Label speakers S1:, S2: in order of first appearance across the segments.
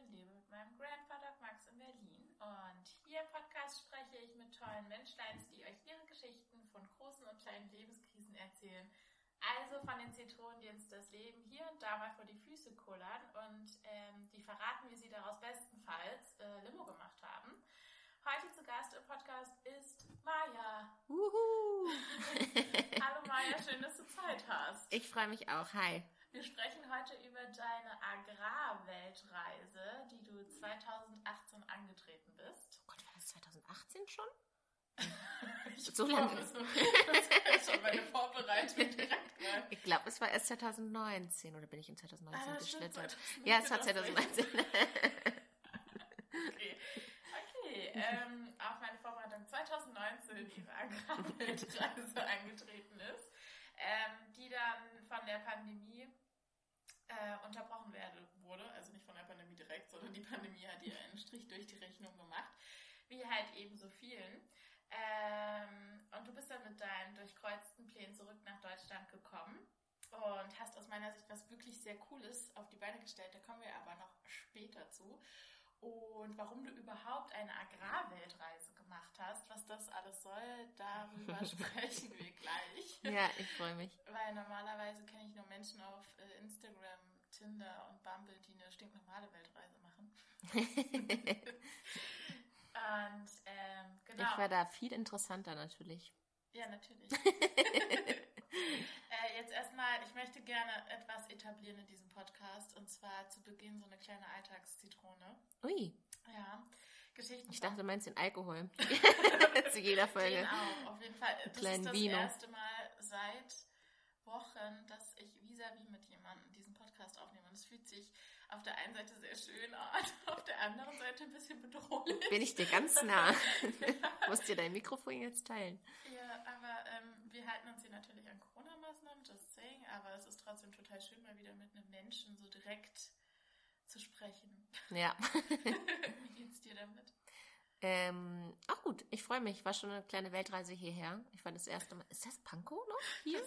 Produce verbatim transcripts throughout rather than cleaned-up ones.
S1: lebe mit meinem Grandfather Max in Berlin. Und hier im Podcast spreche ich mit tollen Menschleins, die euch ihre Geschichten von großen und kleinen Lebenskrisen erzählen. Also von den Zitronen, die uns das Leben hier und da mal vor die Füße kullern. Und ähm, die verraten, wie sie daraus bestenfalls äh, Limo gemacht haben. Heute zu Gast im Podcast ist Maja.
S2: Wuhu!
S1: Hallo Maja, schön, dass du Zeit hast.
S2: Ich freue mich auch. Hi.
S1: Wir sprechen heute über deine Agrarweltreise, die du zweitausendachtzehn angetreten bist.
S2: Oh Gott, war das zweitausendachtzehn schon?
S1: Ich
S2: so lange.
S1: Das ist schon meine Vorbereitung direkt rein.
S2: Ich glaube, es war erst zweitausendneunzehn oder bin ich in zweitausendneunzehn
S1: ah,
S2: geschlittert?
S1: Stimmt,
S2: ja, es war zweitausendneunzehn.
S1: Okay, okay. Ähm, auf meine Vorbereitung zweitausendneunzehn ihre Agrarweltreise angetreten ist, ähm, die dann von der Pandemie äh, unterbrochen werde, wurde. Also nicht von der Pandemie direkt, sondern die Pandemie hat ihr einen Strich durch die Rechnung gemacht, wie halt eben so vielen. Ähm, und du bist dann mit deinen durchkreuzten Plänen zurück nach Deutschland gekommen und hast aus meiner Sicht was wirklich sehr Cooles auf die Beine gestellt. Da kommen wir aber noch später zu. Und warum du überhaupt eine Agrarweltreise gemacht hast, was das alles soll, darüber sprechen wir gleich.
S2: Ja, ich freue mich.
S1: Weil normalerweise kenne ich nur Menschen auf äh, Instagram, Tinder und Bumble, die eine stinknormale Weltreise machen. Und ähm, genau.
S2: Ich war da viel interessanter natürlich.
S1: Ja, natürlich. äh, jetzt erstmal, ich möchte gerne etwas etablieren in diesem Podcast, und zwar zu Beginn so eine kleine Alltagszitrone.
S2: Ui.
S1: Ja, Geschichten.
S2: Ich dachte, du meinst den Alkohol. Zu jeder Folge.
S1: Den auch, auf jeden Fall. Das
S2: Kleinen
S1: ist das
S2: Vino.
S1: erste Mal seit Wochen, dass ich vis-à-vis mit jemandem diesen Podcast aufnehme. Und es fühlt sich auf der einen Seite sehr schön an, auf der anderen Seite ein bisschen bedrohlich.
S2: Bin ich dir ganz nah. Du musst dir dein Mikrofon jetzt teilen.
S1: Ja, aber ähm, wir halten uns hier natürlich an Corona-Maßnahmen, just saying, aber es ist trotzdem total schön, mal wieder mit einem Menschen so direkt zu sprechen.
S2: Ja.
S1: Wie geht's dir damit?
S2: Ähm, auch gut, ich freue mich. War schon eine kleine Weltreise hierher. Ich war das erste Mal. Ist das Pankow noch hier?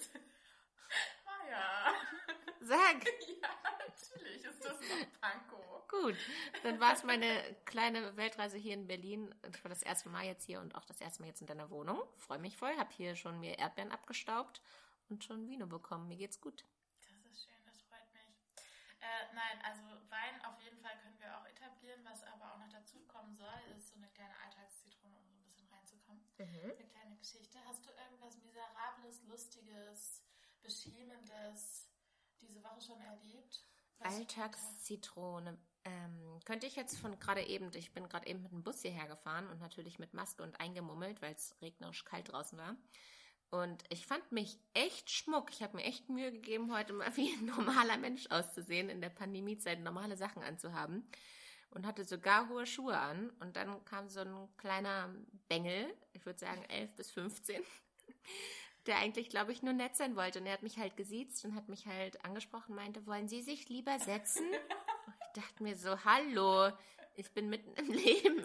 S1: Ah ja.
S2: Sag.
S1: Ja, natürlich ist das noch Pankow.
S2: Gut, dann war es meine kleine Weltreise hier in Berlin. Ich war das erste Mal jetzt hier und auch das erste Mal jetzt in deiner Wohnung. Freue mich voll. Hab hier schon mir Erdbeeren abgestaubt und schon Vino bekommen. Mir geht's gut.
S1: Das ist schön, das freut mich. Äh, nein, also Wein auf jeden Fall können wir auch etablieren. Was aber auch noch dazu kommen soll, ist so eine kleine Alltagszitrone, um so ein bisschen reinzukommen. Mhm. Eine kleine Geschichte. Hast du irgendwas Miserables, Lustiges, Beschämendes diese Woche schon erlebt?
S2: Alltagszitrone. Ähm, könnte ich jetzt von gerade eben, ich bin gerade eben mit dem Bus hierher gefahren und natürlich mit Maske und eingemummelt, weil es regnerisch kalt draußen war. Und ich fand mich echt schmuck. Ich habe mir echt Mühe gegeben, heute mal wie ein normaler Mensch auszusehen, in der Pandemiezeit normale Sachen anzuhaben. Und hatte sogar hohe Schuhe an. Und dann kam so ein kleiner Bengel, ich würde sagen elf bis fünfzehn, der eigentlich, glaube ich, nur nett sein wollte. Und er hat mich halt gesiezt und hat mich halt angesprochen, meinte, wollen Sie sich lieber setzen? Und ich dachte mir so, hallo, ich bin mitten im Leben.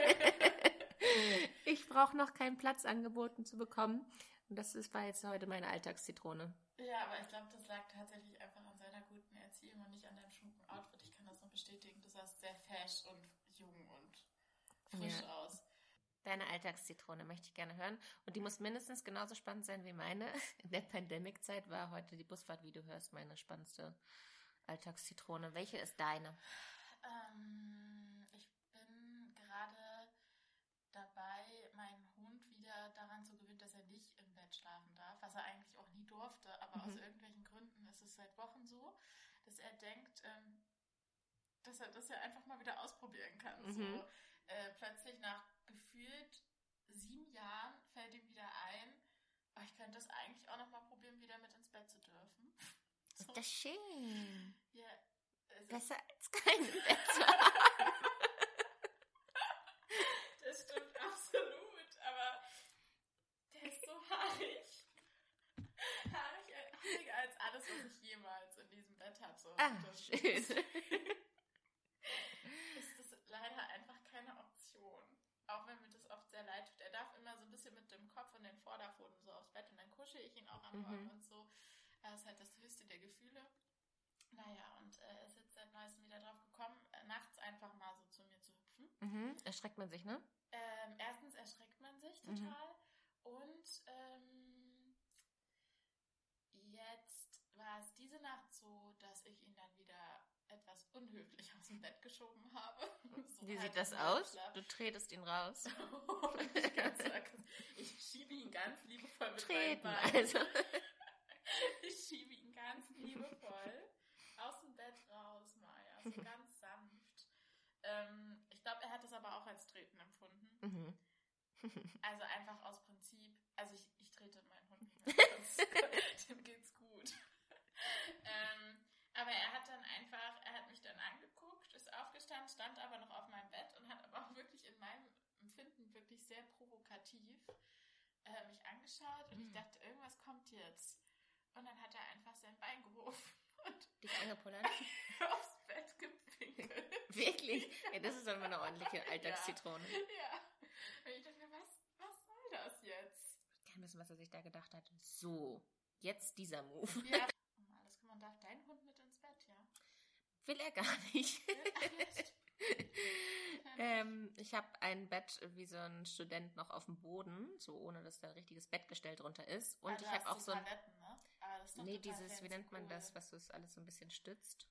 S2: Ich brauche noch keinen Platz angeboten zu bekommen. Und das ist, war jetzt heute meine Alltagszitrone.
S1: Ja, aber ich glaube, das lag tatsächlich einfach an seiner guten Erziehung und nicht an deinem schmucken Outfit. Ich kann das nur bestätigen. Du sahst sehr fesch und jung und frisch
S2: ja.
S1: aus.
S2: Deine Alltagszitrone möchte ich gerne hören. Und die muss mindestens genauso spannend sein wie meine. In der Pandemic-Zeit war heute die Busfahrt, wie du hörst, meine spannendste Alltagszitrone. Welche ist deine?
S1: Ähm, ich bin gerade dabei, meinen Hund wieder daran zu gewöhnen, dass er nicht im Bett schlafen darf, was er eigentlich auch nie durfte. Aber mhm. aus irgendwelchen Gründen ist es seit Wochen so, dass er denkt, ähm, dass er das ja einfach mal wieder ausprobieren kann. Mhm. So, äh, plötzlich nach gefühlt sieben Jahren fällt ihm wieder ein, oh, ich könnte das eigentlich auch noch mal probieren, wieder mit ins Bett zu dürfen.
S2: So. Ist das schön.
S1: Ja. Also
S2: besser als kein Bett zu haben.
S1: Das stimmt absolut, aber der ist so haarig. Haarig, haariger als alles, was ich jemals in diesem Bett hatte.
S2: Ah,
S1: das
S2: schön.
S1: Ist, ist das leider einfach keine Option. Auch wenn mir das oft sehr leid tut. Er darf immer so ein bisschen mit dem Kopf und den Vorderpfoten so aufs Bett und dann kuschel ich ihn auch an mhm. und so. Das ist halt das höchste der Gefühle. Naja, und äh, er ist jetzt seit neuestem wieder drauf gekommen, äh, nachts einfach
S2: erschreckt man sich, ne?
S1: Ähm, erstens erschreckt man sich total mhm. und ähm, jetzt war es diese Nacht so, dass ich ihn dann wieder etwas unhöflich aus dem Bett geschoben habe. So
S2: Wie
S1: halt
S2: sieht das aus? Du tretest ihn raus.
S1: ich, ganz, ich schiebe ihn ganz liebevoll mit
S2: Treten,
S1: meinem Bein.
S2: Also.
S1: Ich schiebe ihn ganz liebevoll aus dem Bett raus, Maja, so ganz sanft. Ähm, ich glaube, er hat das aber auch als Treten empfunden.
S2: Mhm.
S1: Also einfach aus Prinzip, also ich, ich trete meinen Hund nicht mehr. Das, dem geht's gut. ähm, aber er hat dann einfach, er hat mich dann angeguckt, ist aufgestanden, stand aber noch auf meinem Bett und hat aber auch wirklich in meinem Empfinden wirklich sehr provokativ äh, mich angeschaut und mhm. ich dachte, irgendwas kommt jetzt. Und dann hat er einfach sein Bein gehoben und
S2: dich angepullert?
S1: aufs Bett gepinkelt.
S2: Wirklich? Ja, das ist dann mal eine ordentliche Alltagszitrone.
S1: Ja. ja. Und ich dachte mir, was, was soll das jetzt?
S2: Kein wissen, was er sich da gedacht hat. So, jetzt dieser Move.
S1: Ja. Alles klar, man darf deinen Hund mit ins Bett, ja?
S2: Will er gar nicht. ähm, ich habe ein Bett wie so ein Student noch auf dem Boden, so ohne dass da ein richtiges Bettgestell drunter ist. Und
S1: also
S2: ich habe auch so ein...
S1: Paletten, ne? Aber das ist doch
S2: nee, dieses, wie nennt man
S1: cool.
S2: das, was das alles so ein bisschen stützt?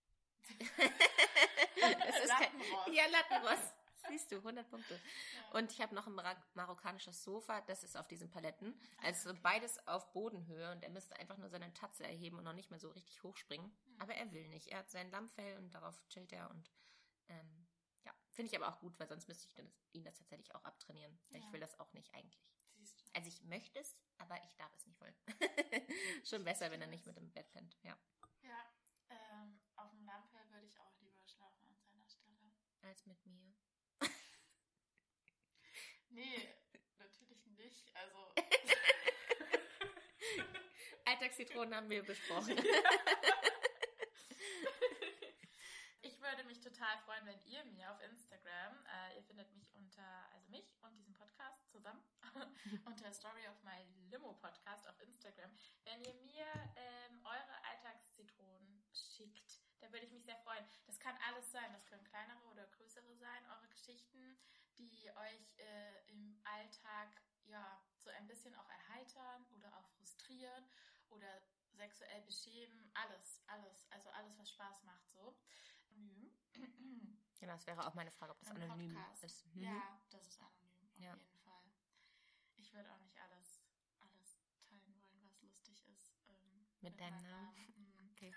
S2: Es ist
S1: Lattenrost.
S2: Kein, ja, Lattenrost. Siehst du, hundert Punkte. Ja. Und ich habe noch ein Mar- marokkanisches Sofa, das ist auf diesen Paletten. Also okay. Beides auf Bodenhöhe und er müsste einfach nur seine Tatze erheben und noch nicht mehr so richtig hochspringen. Mhm. Aber er will nicht. Er hat sein Lammfell und darauf chillt er und ähm, ja, finde ich aber auch gut, weil sonst müsste ich das, ihn das tatsächlich auch abtrainieren. Ja. Ich will das auch nicht eigentlich.
S1: Siehst du.
S2: Also ich möchte es, aber ich darf es nicht wollen. Schon besser, wenn er nicht mit dem Bett pennt, ja.
S1: Ja, ähm, auf dem Lammfell würde ich auch lieber schlafen an seiner Stelle.
S2: Als mit mir.
S1: Nee, natürlich nicht. Also.
S2: Alltagszitronen haben wir besprochen.
S1: Ich würde mich total freuen, wenn ihr mir auf Instagram, äh, ihr findet mich unter, also mich und diesen Podcast zusammen, unter Story of My Limo Podcast auf Instagram, wenn ihr mir ähm, eure Alltagszitronen schickt. Da würde ich mich sehr freuen. Das kann alles sein. Das können kleinere oder größere sein. Eure Geschichten, die euch äh, im Alltag ja so ein bisschen auch erheitern oder auch frustrieren oder sexuell beschämen. Alles, alles. Also alles, was Spaß macht so. Anonym.
S2: Genau, das wäre auch meine Frage, ob das
S1: Ein
S2: anonym
S1: Podcast.
S2: ist. Mhm.
S1: Ja, das ist anonym, auf
S2: ja.
S1: jeden Fall. Ich würde auch nicht alles, alles teilen wollen, was lustig ist. Ähm,
S2: mit, mit deinem Namen?
S1: Namen.
S2: Okay.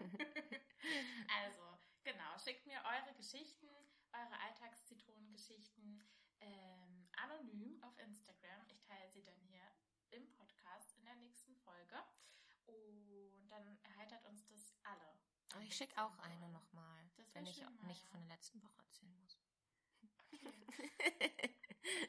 S1: Also, genau, schickt mir eure Geschichten, eure Alltagszitronengeschichten ähm, anonym auf Instagram. Ich teile sie dann hier im Podcast in der nächsten Folge. Und dann erheitert uns das alle.
S2: Aber ich schicke auch eine nochmal, wenn ich
S1: schön,
S2: nicht
S1: ja.
S2: von der letzten Woche erzählen muss.
S1: Okay.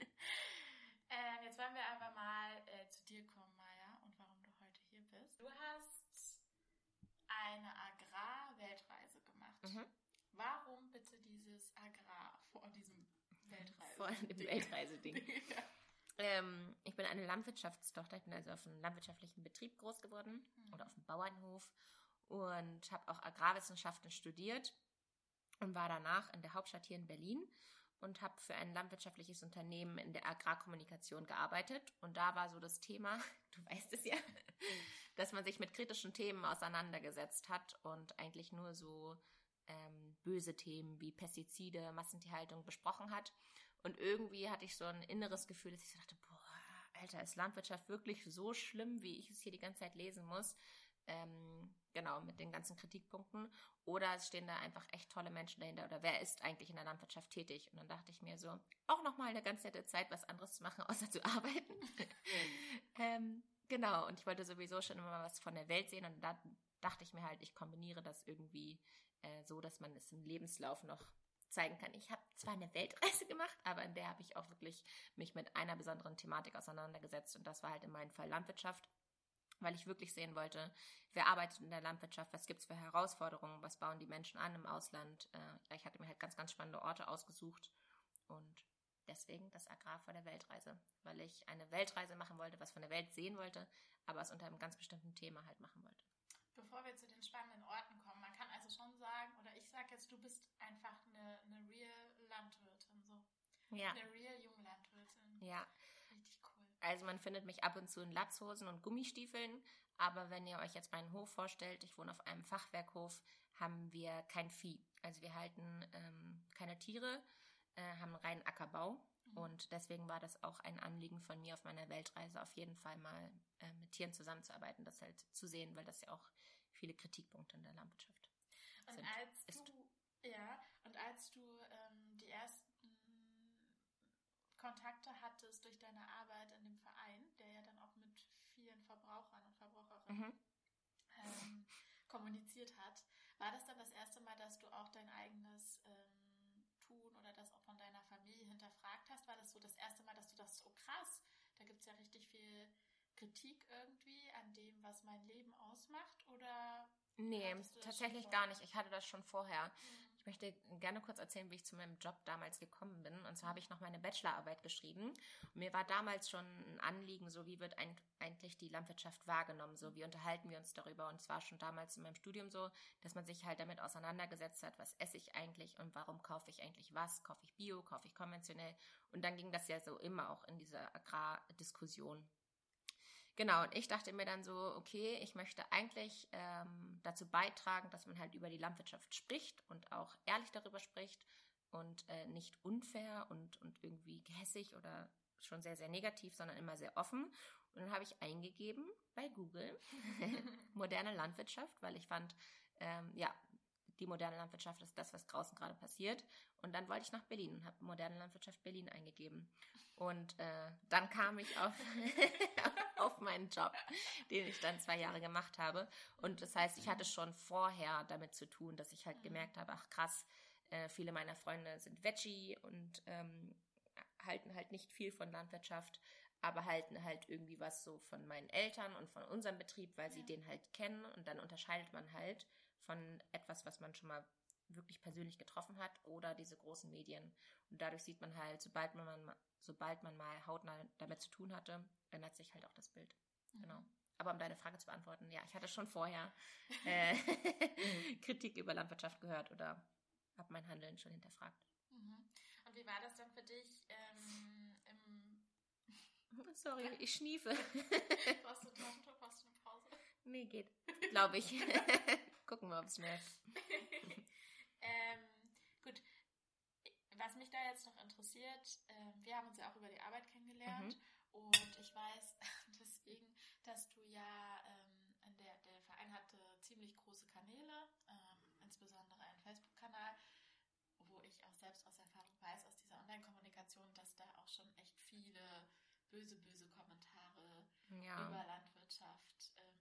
S1: ähm, jetzt wollen wir aber mal äh, zu dir kommen, Maja, und warum du heute hier bist. Du hast eine Agrar-Weltreise gemacht. Mhm. Warum bitte dieses Agrar vor diesem Weltreise?
S2: Vor dem Weltreiseding. Ja. Ähm, ich bin eine Landwirtschaftstochter, ich bin also auf einem landwirtschaftlichen Betrieb groß geworden mhm. oder auf einem Bauernhof und habe auch Agrarwissenschaften studiert und war danach in der Hauptstadt hier in Berlin und habe für ein landwirtschaftliches Unternehmen in der Agrarkommunikation gearbeitet und da war so das Thema, du weißt es ja, dass man sich mit kritischen Themen auseinandergesetzt hat und eigentlich nur so ähm, böse Themen wie Pestizide, Massentierhaltung besprochen hat. Und irgendwie hatte ich so ein inneres Gefühl, dass ich so dachte, boah, Alter, ist Landwirtschaft wirklich so schlimm, wie ich es hier die ganze Zeit lesen muss? Ähm, genau, mit den ganzen Kritikpunkten. Oder es stehen da einfach echt tolle Menschen dahinter. Oder wer ist eigentlich in der Landwirtschaft tätig? Und dann dachte ich mir so, auch nochmal eine ganz nette Zeit, was anderes zu machen, außer zu arbeiten. ähm, genau, und ich wollte sowieso schon immer mal was von der Welt sehen. Und da dachte ich mir halt, ich kombiniere das irgendwie äh, so, dass man es im Lebenslauf noch zeigen kann. Ich habe zwar eine Weltreise gemacht, aber in der habe ich auch wirklich mich mit einer besonderen Thematik auseinandergesetzt und das war halt in meinem Fall Landwirtschaft, weil ich wirklich sehen wollte, wer arbeitet in der Landwirtschaft, was gibt es für Herausforderungen, was bauen die Menschen an im Ausland. Ich hatte mir halt ganz, ganz spannende Orte ausgesucht und deswegen das Agrar vor der Weltreise, weil ich eine Weltreise machen wollte, was von der Welt sehen wollte, aber es unter einem ganz bestimmten Thema halt machen wollte.
S1: Bevor wir zu den spannenden Orten kommen, man kann also schon sagen, oder ich sage jetzt, du bist einfach eine, eine real Landwirtin, so.
S2: Ja.
S1: Eine real Junglandwirtin.
S2: Ja.
S1: Richtig cool.
S2: Also man findet mich ab und zu in Latzhosen und Gummistiefeln, aber wenn ihr euch jetzt meinen Hof vorstellt, ich wohne auf einem Fachwerkhof, haben wir kein Vieh. Also wir halten ähm, keine Tiere, äh, haben reinen Ackerbau. Mhm. Und deswegen war das auch ein Anliegen von mir auf meiner Weltreise, auf jeden Fall mal äh, mit Tieren zusammenzuarbeiten, das halt zu sehen, weil das ja auch viele Kritikpunkte in der Landwirtschaft
S1: und
S2: sind.
S1: Als
S2: ist.
S1: Du, ja, und als du ähm, die ersten Kontakte hattest durch deine Arbeit in dem Verein, der ja dann auch mit vielen Verbrauchern und Verbraucherinnen mhm. ähm, kommuniziert hat, war das dann das erste Mal, dass du auch dein eigenes ähm, Tun oder das auch von deiner Familie hinterfragt hast? War das so das erste Mal, dass du dachtest, oh krass, da gibt es ja richtig viel Kritik irgendwie an dem, was mein Leben ausmacht? Oder
S2: nee, tatsächlich gar nicht. Ich hatte das schon vorher. Mhm. Ich möchte gerne kurz erzählen, wie ich zu meinem Job damals gekommen bin. Und zwar habe ich noch meine Bachelorarbeit geschrieben. Und mir war damals schon ein Anliegen, so wie wird ein, eigentlich die Landwirtschaft wahrgenommen, so wie unterhalten wir uns darüber. Und es war schon damals in meinem Studium so, dass man sich halt damit auseinandergesetzt hat, was esse ich eigentlich und warum kaufe ich eigentlich was? Kaufe ich Bio, kaufe ich konventionell? Und dann ging das ja so immer auch in dieser Agrardiskussion. Genau, und ich dachte mir dann so, okay, ich möchte eigentlich ähm, dazu beitragen, dass man halt über die Landwirtschaft spricht und auch ehrlich darüber spricht und äh, nicht unfair und, und irgendwie gehässig oder schon sehr, sehr negativ, sondern immer sehr offen. Und dann habe ich eingegeben bei Google moderne Landwirtschaft, weil ich fand, ähm, ja, die moderne Landwirtschaft ist das, was draußen gerade passiert. Und dann wollte ich nach Berlin und habe moderne Landwirtschaft Berlin eingegeben. Und äh, dann kam ich auf, auf meinen Job, den ich dann zwei Jahre gemacht habe. Und das heißt, ich hatte schon vorher damit zu tun, dass ich halt gemerkt habe, ach krass, äh, viele meiner Freunde sind Veggie und ähm, halten halt nicht viel von Landwirtschaft, aber halten halt irgendwie was so von meinen Eltern und von unserem Betrieb, weil sie ja. den halt kennen. Und dann unterscheidet man halt von etwas, was man schon mal wirklich persönlich getroffen hat oder diese großen Medien. Und dadurch sieht man halt, sobald man, sobald man mal hautnah damit zu tun hatte, ändert sich halt auch das Bild. Mhm. Genau. Aber um deine Frage zu beantworten, ja, ich hatte schon vorher äh, Kritik über Landwirtschaft gehört oder habe mein Handeln schon hinterfragt.
S1: Mhm. Und wie war das dann für dich ähm, im...
S2: Sorry, ich schniefe.
S1: Brauchst du ein Taschentuch? Brauchst du eine Pause?
S2: Nee, geht. Glaube ich. Gucken wir, ob es merkt.
S1: ähm, gut. Was mich da jetzt noch interessiert, äh, wir haben uns ja auch über die Arbeit kennengelernt mhm. und ich weiß deswegen, dass du ja, ähm, in der, der Verein hatte ziemlich große Kanäle, ähm, insbesondere einen Facebook-Kanal, wo ich auch selbst aus Erfahrung weiß, aus dieser Online-Kommunikation, dass da auch schon echt viele böse, böse Kommentare ja. über Landwirtschaft ähm,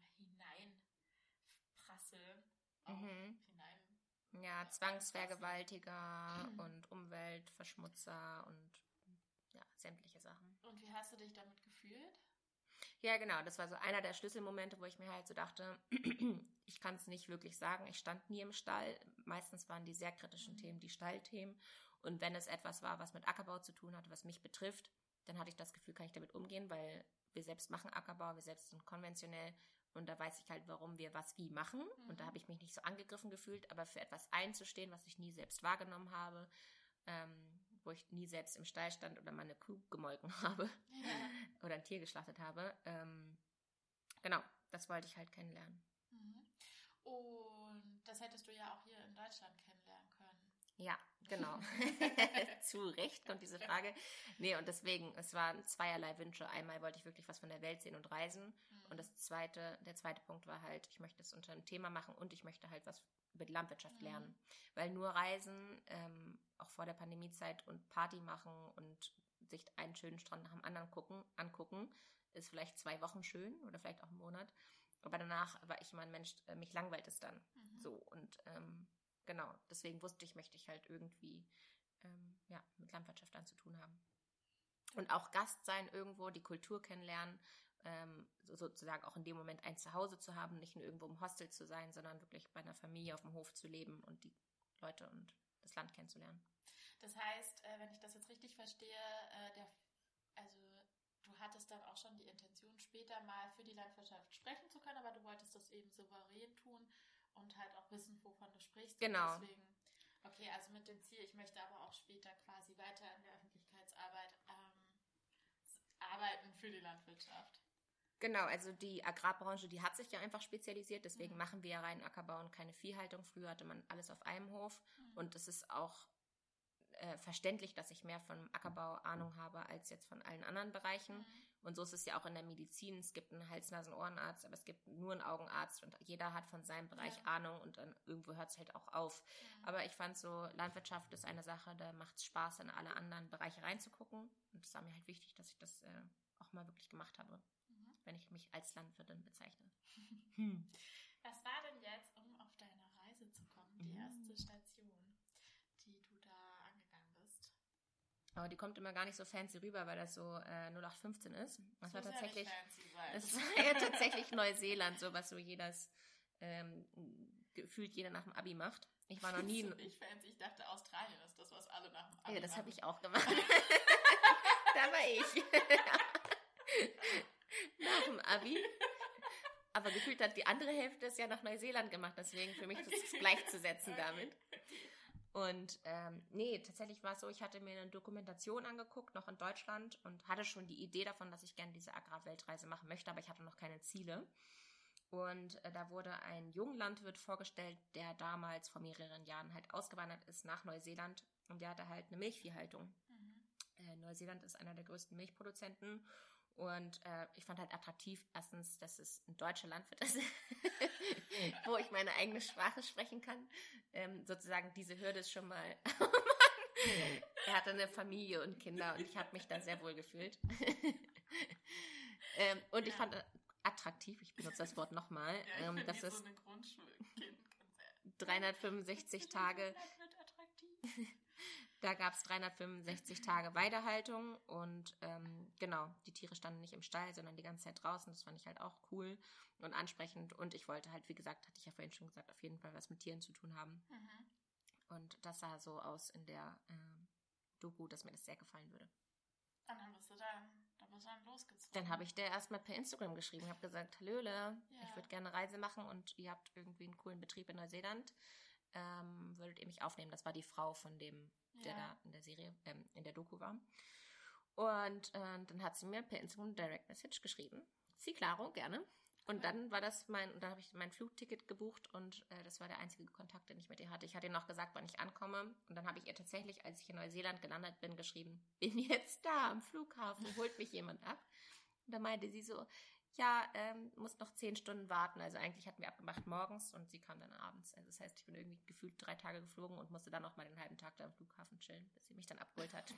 S1: hineinprasseln, auch mhm. hinein.
S2: Ja, äh, Zwangsvergewaltiger mhm. und Umweltverschmutzer und ja, sämtliche Sachen.
S1: Und wie hast du dich damit gefühlt?
S2: Ja, genau, das war so einer der Schlüsselmomente, wo ich mir halt so dachte, ich kann es nicht wirklich sagen, ich stand nie im Stall. Meistens waren die sehr kritischen mhm. Themen die Stallthemen. Und wenn es etwas war, was mit Ackerbau zu tun hatte, was mich betrifft, dann hatte ich das Gefühl, kann ich damit umgehen, weil wir selbst machen Ackerbau, wir selbst sind konventionell und da weiß ich halt, warum wir was wie machen mhm. und da habe ich mich nicht so angegriffen gefühlt, aber für etwas einzustehen, was ich nie selbst wahrgenommen habe, ähm, wo ich nie selbst im Stall stand oder meine Kuh gemolken habe ja. oder ein Tier geschlachtet habe, ähm, genau, das wollte ich halt kennenlernen.
S1: Mhm. Und das hättest du ja auch hier in Deutschland kennenlernen können.
S2: Ja, genau. Zu Recht kommt diese Frage. Nee, und deswegen, es waren zweierlei Wünsche. Einmal wollte ich wirklich was von der Welt sehen und reisen. Mhm. Und das zweite, der zweite Punkt war halt, ich möchte es unter einem Thema machen und ich möchte halt was über die Landwirtschaft mhm. lernen. Weil nur Reisen, ähm, auch vor der Pandemiezeit und Party machen und sich einen schönen Strand nach dem anderen gucken, angucken, ist vielleicht zwei Wochen schön oder vielleicht auch einen Monat. Aber danach war ich immer ein Mensch, äh, mich langweilt es dann. Mhm. So, und ähm, genau, deswegen wusste ich, möchte ich halt irgendwie ähm, ja, mit Landwirtschaft dann zu tun haben. Und auch Gast sein irgendwo, die Kultur kennenlernen, ähm, so, sozusagen auch in dem Moment ein Zuhause zu haben, nicht nur irgendwo im Hostel zu sein, sondern wirklich bei einer Familie auf dem Hof zu leben und die Leute und das Land kennenzulernen.
S1: Das heißt, äh, wenn ich das jetzt richtig verstehe, äh, der, also du hattest dann auch schon die Intention, später mal für die Landwirtschaft sprechen zu können, aber du wolltest das eben souverän tun und halt auch wissen, wovon du sprichst.
S2: Genau.
S1: Und deswegen, okay, also mit dem Ziel, ich möchte aber auch später quasi weiter in der Öffentlichkeit arbeiten für die Landwirtschaft.
S2: Genau, also die Agrarbranche, die hat sich ja einfach spezialisiert, deswegen
S1: Mhm.
S2: machen wir ja rein Ackerbau und keine Viehhaltung. Früher hatte man alles auf einem Hof
S1: Mhm.
S2: und es ist auch äh, verständlich, dass ich mehr von Ackerbau Ahnung habe als jetzt von allen anderen Bereichen.
S1: Mhm.
S2: Und so ist es ja auch in der Medizin. Es gibt einen Hals-Nasen-Ohrenarzt, aber es gibt nur einen Augenarzt und jeder hat von seinem Bereich
S1: Ja.
S2: Ahnung und dann irgendwo hört es halt auch auf.
S1: Mhm.
S2: Aber ich fand so, Landwirtschaft ist eine Sache, da macht es Spaß, in alle anderen Bereiche reinzugucken. Und es war mir halt wichtig, dass ich das äh, auch mal wirklich gemacht habe,
S1: Mhm.
S2: wenn ich mich als Landwirtin bezeichne. Hm.
S1: Was war denn jetzt, um auf deine Reise zu kommen, die
S2: Mhm.
S1: erste Station, die du da angegangen bist?
S2: Aber die kommt immer gar nicht so fancy rüber, weil das so äh, null acht fünfzehn ist. Das war
S1: Muss ja
S2: tatsächlich,
S1: nicht fancy sein.
S2: es war ja tatsächlich Neuseeland, so was so jedes, ähm, gefühlt jeder nach dem Abi macht. Ich war noch nie...
S1: Das ist nicht fancy. Ich dachte, Australien ist das, was alle nach dem Abi
S2: Ja, das habe
S1: machen.
S2: ich auch gemacht. Da war ich. Nach dem Abi. Aber gefühlt hat die andere Hälfte es ja nach Neuseeland gemacht, deswegen für mich das ist gleichzusetzen
S1: Okay.
S2: damit. Und ähm, nee, tatsächlich war es so, ich hatte mir eine Dokumentation angeguckt, noch in Deutschland und hatte schon die Idee davon, dass ich gerne diese Agrarweltreise machen möchte, aber ich hatte noch keine Ziele. Und äh, da wurde ein Junglandwirt vorgestellt, der damals vor mehreren Jahren halt ausgewandert ist nach Neuseeland und der hatte halt eine Milchviehhaltung.
S1: Mhm.
S2: Äh, Neuseeland ist einer der größten Milchproduzenten und äh, ich fand halt attraktiv, erstens, dass es ein deutscher Landwirt ist, wo ich meine eigene Sprache sprechen kann. Ähm, sozusagen diese Hürde ist schon mal, oh Mann, er hatte eine Familie und Kinder und ich habe mich da sehr wohl gefühlt. ähm, und
S1: Ja.
S2: ich fand äh, attraktiv, ich benutze das Wort nochmal,
S1: Ja, ich
S2: ähm,
S1: bin
S2: dass
S1: wie
S2: es
S1: so eine Grundschulkind.
S2: dreihundertfünfundsechzig Tage...
S1: Wird attraktiv.
S2: Da gab es dreihundertfünfundsechzig Tage Weidehaltung und ähm, genau, die Tiere standen nicht im Stall, sondern die ganze Zeit draußen. Das fand ich halt auch cool und ansprechend. Und ich wollte halt, wie gesagt, hatte ich ja vorhin schon gesagt, auf jeden Fall was mit Tieren zu tun haben.
S1: Mhm.
S2: Und das sah so aus in der ähm, Doku, dass mir das sehr gefallen würde.
S1: Und dann bist du dann, dann bist du dann losgezogen.
S2: Dann habe ich der erstmal per Instagram geschrieben, habe gesagt, Hallöle,
S1: Ja.
S2: ich würde gerne eine Reise machen und ihr habt irgendwie einen coolen Betrieb in Neuseeland. Ähm, würdet ihr mich aufnehmen? Das war die Frau von dem, der
S1: Ja.
S2: da in der Serie, ähm, in der Doku war. Und äh, dann hat sie mir per Instagram Direct Message geschrieben. Sie, klaro, gerne. Und
S1: Cool.
S2: dann war das mein, und dann habe ich mein Flugticket gebucht und äh, das war der einzige Kontakt, den ich mit ihr hatte. Ich hatte ihr noch gesagt, wann ich ankomme. Und dann habe ich ihr tatsächlich, als ich in Neuseeland gelandet bin, geschrieben, bin jetzt da am Flughafen, holt mich jemand ab. Und da meinte sie so, ja, ähm, muss noch zehn Stunden warten. Also eigentlich hatten wir abgemacht morgens und sie kam dann abends. Also das heißt, ich bin irgendwie gefühlt drei Tage geflogen und musste dann noch mal den halben Tag da am Flughafen chillen, bis sie mich dann abgeholt hat.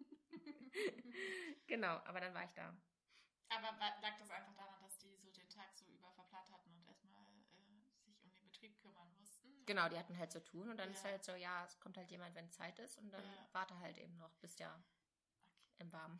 S2: Genau, aber dann war ich da.
S1: Aber wa- lag das einfach daran, dass die so den Tag so über verplant hatten und erstmal äh, sich um den Betrieb kümmern mussten?
S2: Genau, die hatten halt so tun und dann
S1: Ja.
S2: ist halt so, ja, es kommt halt jemand, wenn Zeit ist und dann
S1: Ja.
S2: warte halt eben noch, bis ja
S1: Okay.
S2: im Warmen.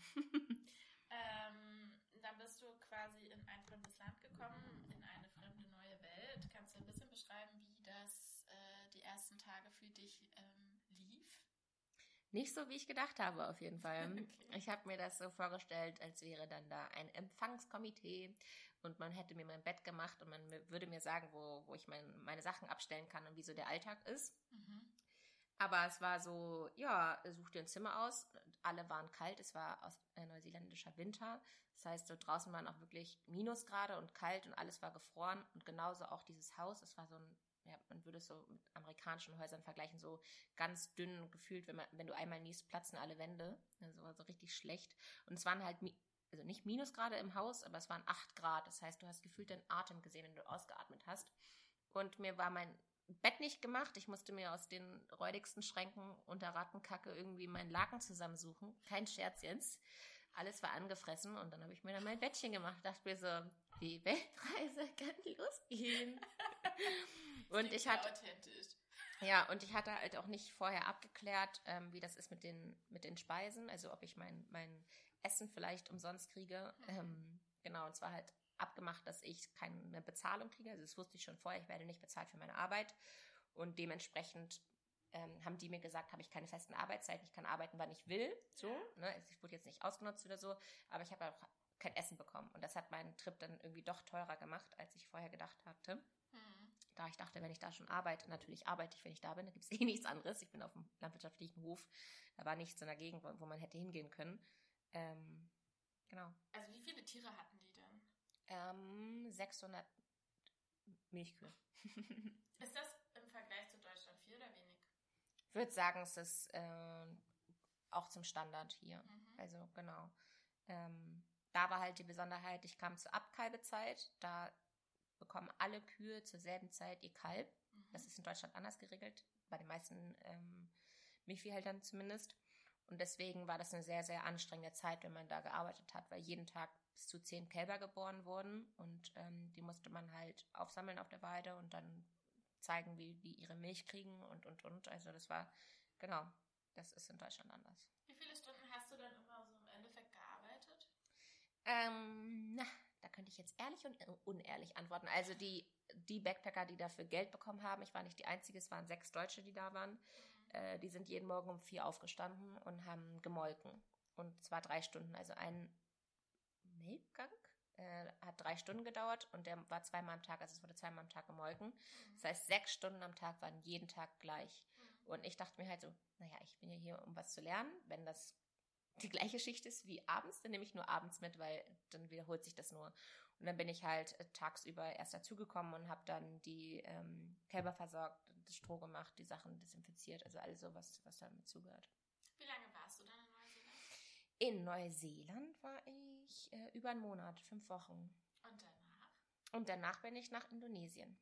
S1: Ähm, dann bist du quasi in ein fremdes Land gekommen, in eine fremde neue Welt. Kannst du ein bisschen beschreiben, wie das äh, die ersten Tage für dich ähm, lief?
S2: Nicht so, wie ich gedacht habe, auf jeden Fall.
S1: Okay.
S2: Ich habe mir das so vorgestellt, als wäre dann da ein Empfangskomitee und man hätte mir mein Bett gemacht und man mi- würde mir sagen, wo, wo ich mein, meine Sachen abstellen kann und wie so der Alltag ist.
S1: Mhm.
S2: Aber es war so, ja, such dir ein Zimmer aus. Alle waren kalt, es war aus äh, neuseeländischer Winter. Das heißt, so draußen waren auch wirklich Minusgrade und kalt und alles war gefroren. Und genauso auch dieses Haus, es war so ein, ja, man würde es so mit amerikanischen Häusern vergleichen, so ganz dünn gefühlt, wenn man, wenn du einmal niest, platzen alle Wände. Also war so richtig schlecht. Und es waren halt, mi- also nicht Minusgrade im Haus, aber es waren acht Grad. Das heißt, du hast gefühlt deinen Atem gesehen, wenn du ausgeatmet hast. Und mir war mein Bett nicht gemacht. Ich musste mir aus den räudigsten Schränken unter Rattenkacke irgendwie meinen Laken zusammensuchen. Kein Scherz jetzt. Alles war angefressen und dann habe ich mir dann mein Bettchen gemacht. Dachte mir so, die Weltreise kann losgehen. Und ich hatte,
S1: authentisch.
S2: ja, und ich hatte halt auch nicht vorher abgeklärt, ähm, wie das ist mit den, mit den Speisen. Also ob ich mein, mein Essen vielleicht umsonst kriege. Ähm, genau, und zwar halt abgemacht, dass ich keine Bezahlung kriege. Also das wusste ich schon vorher, ich werde nicht bezahlt für meine Arbeit. Und dementsprechend ähm, haben die mir gesagt, habe ich keine festen Arbeitszeiten, ich kann arbeiten, wann ich will. So, ne? Also ich wurde jetzt nicht ausgenutzt oder so, aber ich habe auch kein Essen bekommen. Und das hat meinen Trip dann irgendwie doch teurer gemacht, als ich vorher gedacht hatte.
S1: Mhm.
S2: Da ich dachte, wenn ich da schon arbeite, natürlich arbeite ich, wenn ich da bin, da gibt es eh nichts anderes. Ich bin auf dem landwirtschaftlichen Hof, da war nichts in der Gegend, wo, wo man hätte hingehen können. Ähm, Genau.
S1: Also wie viele Tiere hatten die denn?
S2: Ähm, sechshundert Milchkühe.
S1: Ist das im Vergleich zu Deutschland viel oder wenig?
S2: Ich würde sagen, es ist äh, auch zum Standard hier.
S1: Mhm.
S2: Also genau. Ähm, da war halt die Besonderheit, ich kam zur Abkalbezeit. Da bekommen alle Kühe zur selben Zeit ihr Kalb.
S1: Mhm.
S2: Das ist in Deutschland anders geregelt, bei den meisten ähm, Milchviehhaltern zumindest. Und deswegen war das eine sehr, sehr anstrengende Zeit, wenn man da gearbeitet hat, weil jeden Tag bis zu zehn Kälber geboren wurden und ähm, die musste man halt aufsammeln auf der Weide und dann zeigen, wie die ihre Milch kriegen und, und, und. Also das war, genau, das ist in Deutschland anders.
S1: Wie viele Stunden hast du dann immer so im Endeffekt gearbeitet?
S2: Ähm, na, da könnte ich jetzt ehrlich und unehrlich antworten. Also die, die Backpacker, die dafür Geld bekommen haben, ich war nicht die Einzige, es waren sechs Deutsche, die da waren,
S1: Mhm.
S2: äh, die sind jeden Morgen um vier aufgestanden und haben gemolken. Und zwar drei Stunden, also ein Milchgang äh, hat drei Stunden gedauert und der war zweimal am Tag, also es wurde zweimal am Tag gemolken.
S1: Mhm.
S2: Das heißt, sechs Stunden am Tag waren jeden Tag gleich.
S1: Mhm.
S2: Und ich dachte mir halt so, naja, ich bin ja hier, um was zu lernen. Wenn das die gleiche Schicht ist wie abends, dann nehme ich nur abends mit, weil dann wiederholt sich das nur. Und dann bin ich halt äh, tagsüber erst dazugekommen und habe dann die ähm, Kälber versorgt, das Stroh gemacht, die Sachen desinfiziert, also alles so, was, was damit zugehört.
S1: Wie lange warst du dann in Neuseeland?
S2: In Neuseeland war ich äh, über einen Monat, fünf Wochen.
S1: Und danach?
S2: Und danach bin ich nach Indonesien.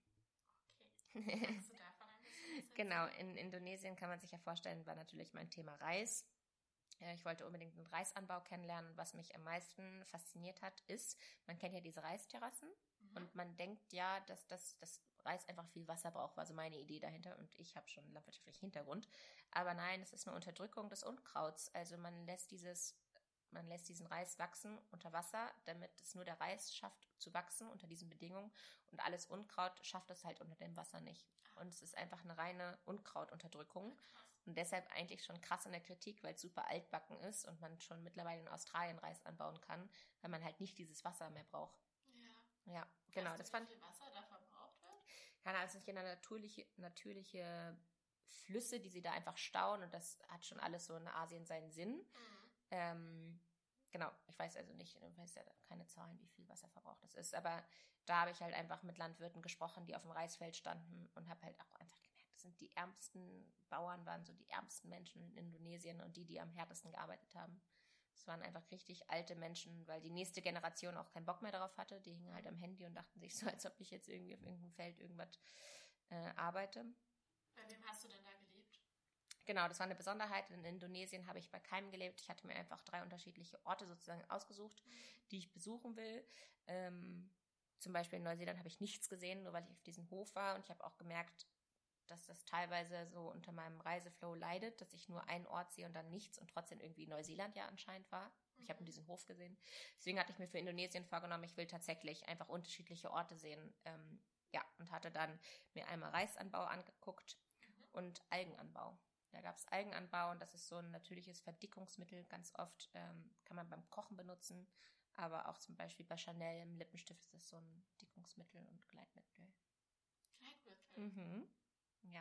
S1: Okay. Kannst du davon ein bisschen was erzählen?
S2: Genau, in Indonesien kann man sich ja vorstellen, war natürlich mein Thema Reis. Ich wollte unbedingt den Reisanbau kennenlernen. Was mich am meisten fasziniert hat, ist, man kennt ja diese Reisterrassen
S1: Mhm.
S2: und man denkt ja, dass das, das Reis einfach viel Wasser braucht, war so meine Idee dahinter und ich habe schon einen landwirtschaftlichen Hintergrund. Aber nein, es ist eine Unterdrückung des Unkrauts. Also man lässt dieses, man lässt diesen Reis wachsen unter Wasser, damit es nur der Reis schafft zu wachsen unter diesen Bedingungen und alles Unkraut schafft es halt unter dem Wasser nicht. Und es ist einfach eine reine Unkrautunterdrückung. Und deshalb eigentlich schon krass in der Kritik, weil es super altbacken ist und man schon mittlerweile in Australien Reis anbauen kann, weil man halt nicht dieses Wasser mehr braucht.
S1: Ja.
S2: Ja, genau.
S1: Weißt
S2: Das
S1: du,
S2: fand
S1: wie viel Wasser da verbraucht wird?
S2: keine Ahnung, es sind ja natürliche, natürliche Flüsse, die sie da einfach stauen und das hat schon alles so in Asien seinen Sinn.
S1: Mhm.
S2: Ähm, genau, ich weiß also nicht, ich weiß ja keine Zahlen, wie viel Wasser verbraucht das ist, aber da habe ich halt einfach mit Landwirten gesprochen, die auf dem Reisfeld standen und habe halt auch einfach gemerkt, das sind die ärmsten Bauern, waren so die ärmsten Menschen in Indonesien und die, die am härtesten gearbeitet haben. Es waren einfach richtig alte Menschen, weil die nächste Generation auch keinen Bock mehr darauf hatte. Die hingen halt am Handy und dachten sich so, als ob ich jetzt irgendwie auf irgendeinem Feld irgendwas äh, arbeite.
S1: Bei wem hast du denn da gelebt?
S2: Genau, das war eine Besonderheit. In Indonesien habe ich bei keinem gelebt. Ich hatte mir einfach drei unterschiedliche Orte sozusagen ausgesucht, die ich besuchen will. Ähm, zum Beispiel in Neuseeland habe ich nichts gesehen, nur weil ich auf diesem Hof war. Und ich habe auch gemerkt, dass das teilweise so unter meinem Reiseflow leidet, dass ich nur einen Ort sehe und dann nichts und trotzdem irgendwie Neuseeland ja anscheinend war. Ich habe nur diesen Hof gesehen. Deswegen hatte ich mir für Indonesien vorgenommen, ich will tatsächlich einfach unterschiedliche Orte sehen. Ähm, ja, und hatte dann mir einmal Reisanbau angeguckt
S1: Mhm.
S2: und Algenanbau. Da gab es Algenanbau und das ist so ein natürliches Verdickungsmittel. Ganz oft ähm, kann man beim Kochen benutzen, aber auch zum Beispiel bei Chanel im Lippenstift ist das so ein Dickungsmittel und Gleitmittel.
S1: Gleitmittel?
S2: Mhm. Ja.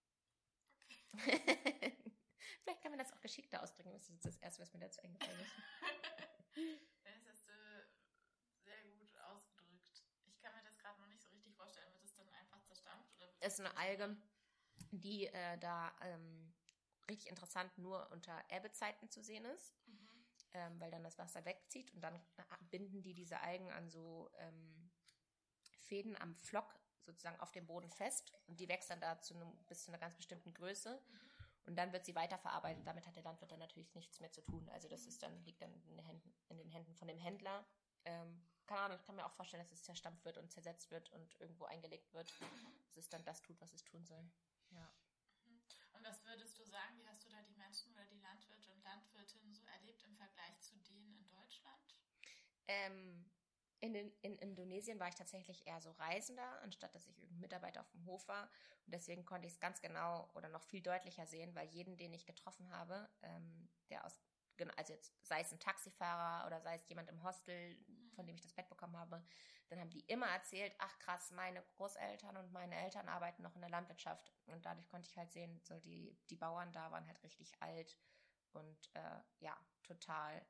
S1: Okay.
S2: Vielleicht kann man das auch geschickter ausdrücken. Das ist das Erste, was mir dazu eingefallen ist.
S1: Das hast du sehr gut ausgedrückt. Ich kann mir das gerade noch nicht so richtig vorstellen. Wird es dann einfach zerstampft? Oder
S2: Es ist eine Alge, die äh, da ähm, richtig interessant nur unter Erbezeiten zu sehen ist,
S1: Mhm.
S2: ähm, weil dann das Wasser wegzieht und dann binden die diese Algen an so ähm, Fäden am Pflock sozusagen auf dem Boden fest und die wächst dann da zu einem, bis zu einer ganz bestimmten Größe und dann wird sie weiterverarbeitet. Damit hat der Landwirt dann natürlich nichts mehr zu tun. Also das ist dann, liegt dann in den Händen, in den Händen von dem Händler. Ähm, keine Ahnung, ich kann mir auch vorstellen, dass es zerstampft wird und zersetzt wird und irgendwo eingelegt wird, dass es dann das tut, was es tun soll. Ja.
S1: Und was würdest du sagen, wie hast du da die Menschen oder die Landwirte und Landwirtinnen so erlebt im Vergleich zu denen in Deutschland?
S2: Ähm, in, den, in Indonesien war ich tatsächlich eher so Reisender, anstatt dass ich irgendein Mitarbeiter auf dem Hof war. Und deswegen konnte ich es ganz genau oder noch viel deutlicher sehen, weil jeden, den ich getroffen habe, ähm, der aus, also jetzt sei es ein Taxifahrer oder sei es jemand im Hostel, von dem ich das Bett bekommen habe, dann haben die immer erzählt, ach krass, meine Großeltern und meine Eltern arbeiten noch in der Landwirtschaft. Und dadurch konnte ich halt sehen, so die, die Bauern da waren halt richtig alt und äh, ja, total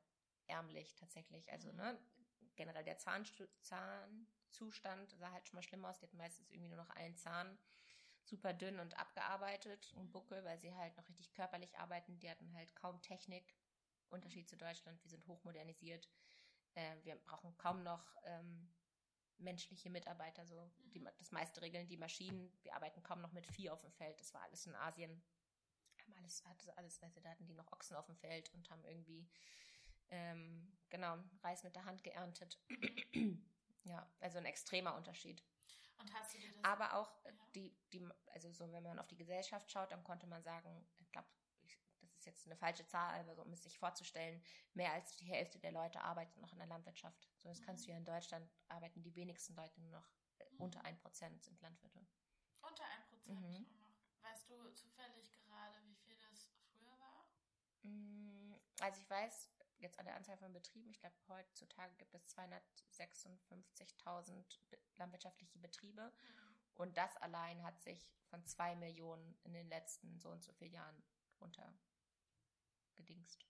S2: ärmlich tatsächlich. Also,
S1: Mhm.
S2: ne, generell der Zahn, Zahnzustand sah halt schon mal schlimm aus. Die hatten meistens irgendwie nur noch einen Zahn, super dünn und abgearbeitet und Buckel, weil sie halt noch richtig körperlich arbeiten. Die hatten halt kaum Technik. Unterschied zu Deutschland, wir sind hochmodernisiert. Äh, wir brauchen kaum noch ähm, menschliche Mitarbeiter. So. Die, das meiste regeln die Maschinen. Wir arbeiten kaum noch mit Vieh auf dem Feld. Das war alles in Asien. Haben alles, hatte alles, weißt du, da hatten die noch Ochsen auf dem Feld und haben irgendwie ähm, genau, Reis mit der Hand geerntet. Ja, also ein extremer Unterschied.
S1: Und hast du dir das...
S2: Aber auch
S1: ja.
S2: die, die, also so, wenn man auf die Gesellschaft schaut, dann konnte man sagen, ich glaube, das ist jetzt eine falsche Zahl, aber so, um es sich vorzustellen, mehr als die Hälfte der Leute arbeitet noch in der Landwirtschaft. So, das mhm. kannst du ja in Deutschland, arbeiten die wenigsten Leute nur noch, äh, mhm. unter ein Prozent sind Landwirte.
S1: Unter ein Prozent
S2: mhm.
S1: und noch. Weißt du zufällig gerade, wie viel das früher war?
S2: Also ich weiß, jetzt an der Anzahl von Betrieben, ich glaube, heutzutage gibt es zweihundertsechsundfünfzigtausend landwirtschaftliche Betriebe. Mhm. Und das allein hat sich von zwei Millionen in den letzten so und so vielen Jahren runtergedingst.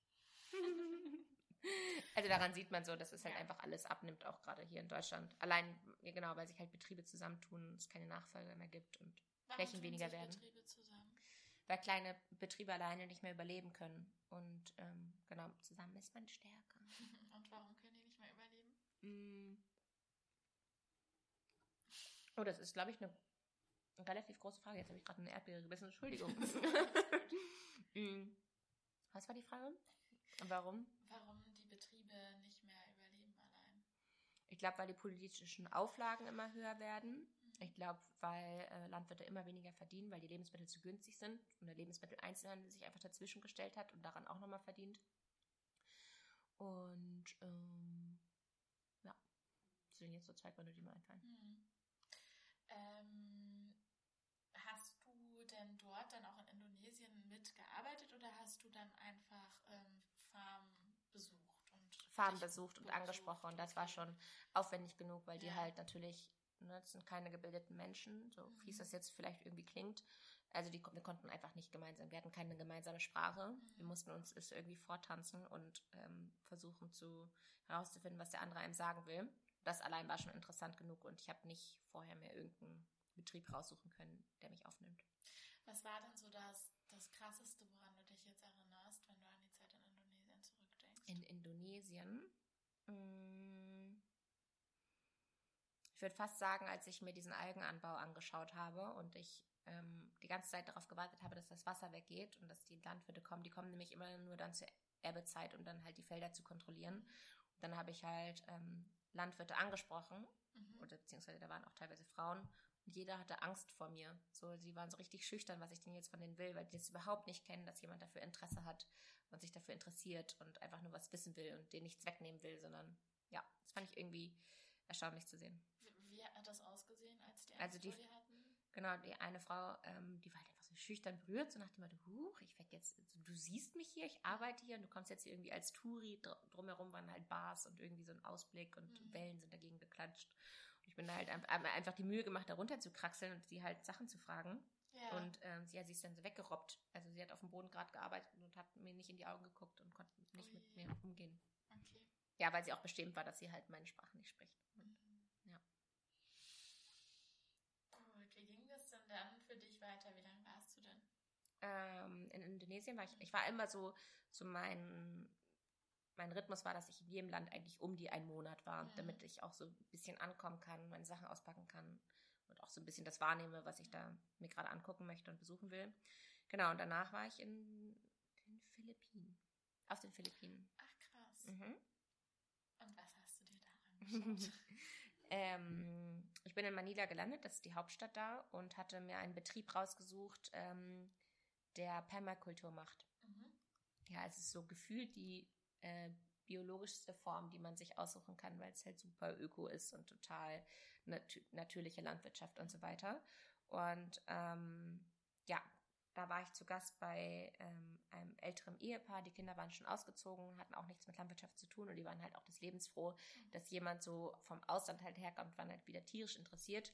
S2: Also daran sieht man so, dass es halt ja. einfach alles abnimmt, auch gerade hier in Deutschland. Allein, genau, weil sich halt Betriebe zusammentun, es keine Nachfolger mehr gibt und
S1: Warum
S2: Flächen weniger
S1: sich
S2: werden.
S1: Betriebe zusammen?
S2: Weil kleine Betriebe alleine nicht mehr überleben können. Und ähm, genau, zusammen ist man stärker.
S1: Und warum können die nicht mehr überleben?
S2: Mm. Oh, das ist, glaube ich, eine, eine relativ große Frage. Jetzt habe ich gerade eine Erdbeere gebissen. Entschuldigung. mm. Was war die Frage? Warum?
S1: Warum die Betriebe nicht mehr überleben allein?
S2: Ich glaube, weil die politischen Auflagen immer höher werden. Ich glaube, weil äh, Landwirte immer weniger verdienen, weil die Lebensmittel zu günstig sind und der Lebensmitteleinzelhandel sich einfach dazwischen gestellt hat und daran auch nochmal verdient. Und ähm, ja, das sind jetzt so zwei Gründe, die mir einfallen.
S1: Hm. Ähm, hast du denn dort dann auch in Indonesien mitgearbeitet oder hast du dann einfach ähm, Farmen besucht? Und
S2: Farmen besucht und angesprochen und das okay. war schon aufwendig genug, weil ja. die halt natürlich... Das sind keine gebildeten Menschen, so mhm. fies das jetzt vielleicht irgendwie klingt. Also die, wir konnten einfach nicht gemeinsam, wir hatten keine gemeinsame Sprache. Mhm. Wir mussten uns es irgendwie vortanzen und ähm, versuchen zu herauszufinden, was der andere einem sagen will. Das allein war schon interessant genug und ich habe nicht vorher mehr irgendeinen Betrieb raussuchen können, der mich aufnimmt.
S1: Was war denn so das, das Krasseste, woran du dich jetzt erinnerst, wenn du an die Zeit in Indonesien zurückdenkst?
S2: In Indonesien? Mh, Ich würde fast sagen, als ich mir diesen Algenanbau angeschaut habe und ich ähm, die ganze Zeit darauf gewartet habe, dass das Wasser weggeht und dass die Landwirte kommen. Die kommen nämlich immer nur dann zur Erbezeit, um dann halt die Felder zu kontrollieren. Und dann habe ich halt ähm, Landwirte angesprochen, mhm. oder beziehungsweise da waren auch teilweise Frauen und jeder hatte Angst vor mir. So, sie waren so richtig schüchtern, was ich denn jetzt von denen will, weil die das überhaupt nicht kennen, dass jemand dafür Interesse hat und sich dafür interessiert und einfach nur was wissen will und denen nichts wegnehmen will, sondern ja, das fand ich irgendwie erstaunlich zu sehen.
S1: Wie hat das ausgesehen, als die Angst
S2: also die,
S1: vor dir hatten?
S2: Genau, die eine Frau, ähm, die war halt einfach so schüchtern berührt, so nach dem Motto, huch, ich werd jetzt, du siehst mich hier, ich arbeite hier und du kommst jetzt hier irgendwie als Touri, drumherum waren halt Bars und irgendwie so ein Ausblick und mhm. Wellen sind dagegen geklatscht. Und ich bin da halt einfach die Mühe gemacht, da runter zu kraxeln und sie halt Sachen zu fragen. Ja. Und ähm, sie, ja, sie ist dann so weggerobbt. Also sie hat auf dem Boden gerade gearbeitet und hat mir nicht in die Augen geguckt und konnte nicht Ui. mit mir umgehen.
S1: Okay.
S2: Ja, weil sie auch bestimmt war, dass sie halt meine Sprache nicht spricht. Und,
S1: mhm.
S2: ja.
S1: Gut, wie ging das denn dann für dich weiter? Wie lange warst du denn?
S2: Ähm, in Indonesien war ich, ich war immer so, so mein, mein Rhythmus war, dass ich in jedem Land eigentlich um die einen Monat war, mhm. damit ich auch so ein bisschen ankommen kann, meine Sachen auspacken kann und auch so ein bisschen das wahrnehme, was ich da mir gerade angucken möchte und besuchen will. Genau, und danach war ich in den Philippinen. Auf den Philippinen.
S1: Ach, krass.
S2: Mhm.
S1: Und was hast du dir da angeschaut?
S2: ähm, ich bin in Manila gelandet, das ist die Hauptstadt da, und hatte mir einen Betrieb rausgesucht, ähm, der Permakultur macht. Mhm. Ja, es ist so gefühlt die äh, biologischste Form, die man sich aussuchen kann, weil es halt super öko ist und total nat- natürliche Landwirtschaft und so weiter. Und ähm, ja, da war ich zu Gast bei ähm, einem älteren Ehepaar. Die Kinder waren schon ausgezogen, hatten auch nichts mit Landwirtschaft zu tun und die waren halt auch des Lebens froh, mhm. dass jemand so vom Ausland halt herkommt, waren halt wieder tierisch interessiert.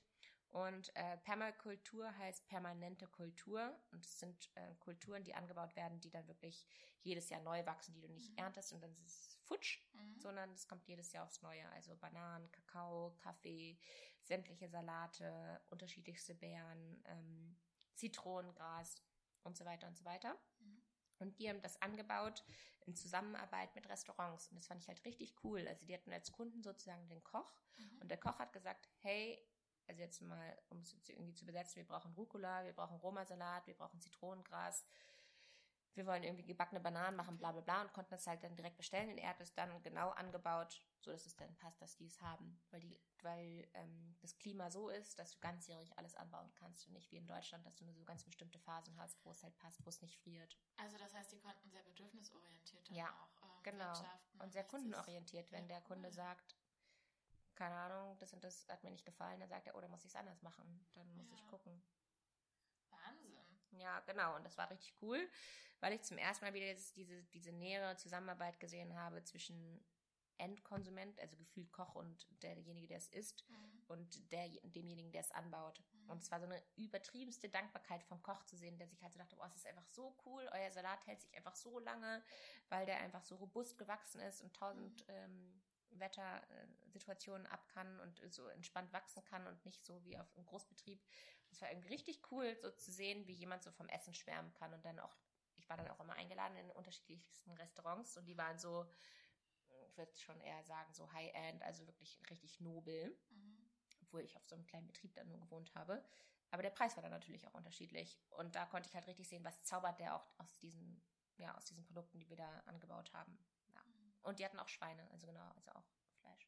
S2: Und äh, Permakultur heißt permanente Kultur. Und es sind äh, Kulturen, die angebaut werden, die dann wirklich jedes Jahr neu wachsen, die du nicht mhm. erntest und dann ist es futsch, mhm. sondern es kommt jedes Jahr aufs Neue. Also Bananen, Kakao, Kaffee, sämtliche Salate, unterschiedlichste Beeren, ähm, Zitronengras und so weiter und so weiter. Mhm. Und die haben das angebaut in Zusammenarbeit mit Restaurants. Und das fand ich halt richtig cool. Also die hatten als Kunden sozusagen den Koch. Mhm. Und der Koch hat gesagt, hey, also jetzt mal, um es jetzt irgendwie zu besetzen, wir brauchen Rucola, wir brauchen Roma-Salat, wir brauchen Zitronengras, wir wollen irgendwie gebackene Bananen machen, bla bla bla, und konnten das halt dann direkt bestellen. Und er hat es dann genau angebaut, so dass es dann passt, dass die es haben. Weil die, weil ähm, das Klima so ist, dass du ganzjährig alles anbauen kannst und nicht wie in Deutschland, dass du nur so ganz bestimmte Phasen hast, wo es halt passt, wo es nicht friert.
S1: Also das heißt, die konnten sehr bedürfnisorientiert dann
S2: ja,
S1: auch ähm,
S2: genau.
S1: wirtschaften.
S2: Und sehr kundenorientiert, wenn ja, der Kunde cool. sagt, keine Ahnung, das und das hat mir nicht gefallen, dann sagt er, oh, dann muss ich es anders machen. Dann muss ja. ich gucken.
S1: Wahnsinn.
S2: Ja, genau. Und das war richtig cool, weil ich zum ersten Mal wieder diese, diese nähere Zusammenarbeit gesehen habe zwischen Endkonsument, also gefühlt Koch und derjenige, der es isst, mhm. und der, demjenigen, der es anbaut. Mhm. Und es war so eine übertriebenste Dankbarkeit vom Koch zu sehen, der sich halt so dachte, oh, es ist einfach so cool, euer Salat hält sich einfach so lange, weil der einfach so robust gewachsen ist und tausend mhm. ähm, Wettersituationen ab kann und so entspannt wachsen kann und nicht so wie auf einem Großbetrieb. Es war irgendwie richtig cool, so zu sehen, wie jemand so vom Essen schwärmen kann. Und dann auch, ich war dann auch immer eingeladen in unterschiedlichsten Restaurants und die waren so, ich würde schon eher sagen, so High-End, also wirklich richtig nobel, mhm. obwohl ich auf so einem kleinen Betrieb dann nur gewohnt habe. Aber der Preis war dann natürlich auch unterschiedlich. Und da konnte ich halt richtig sehen, was zaubert der auch aus diesen, ja, aus diesen Produkten, die wir da angebaut haben. Ja. Mhm. Und die hatten auch Schweine, also genau, also auch Fleisch.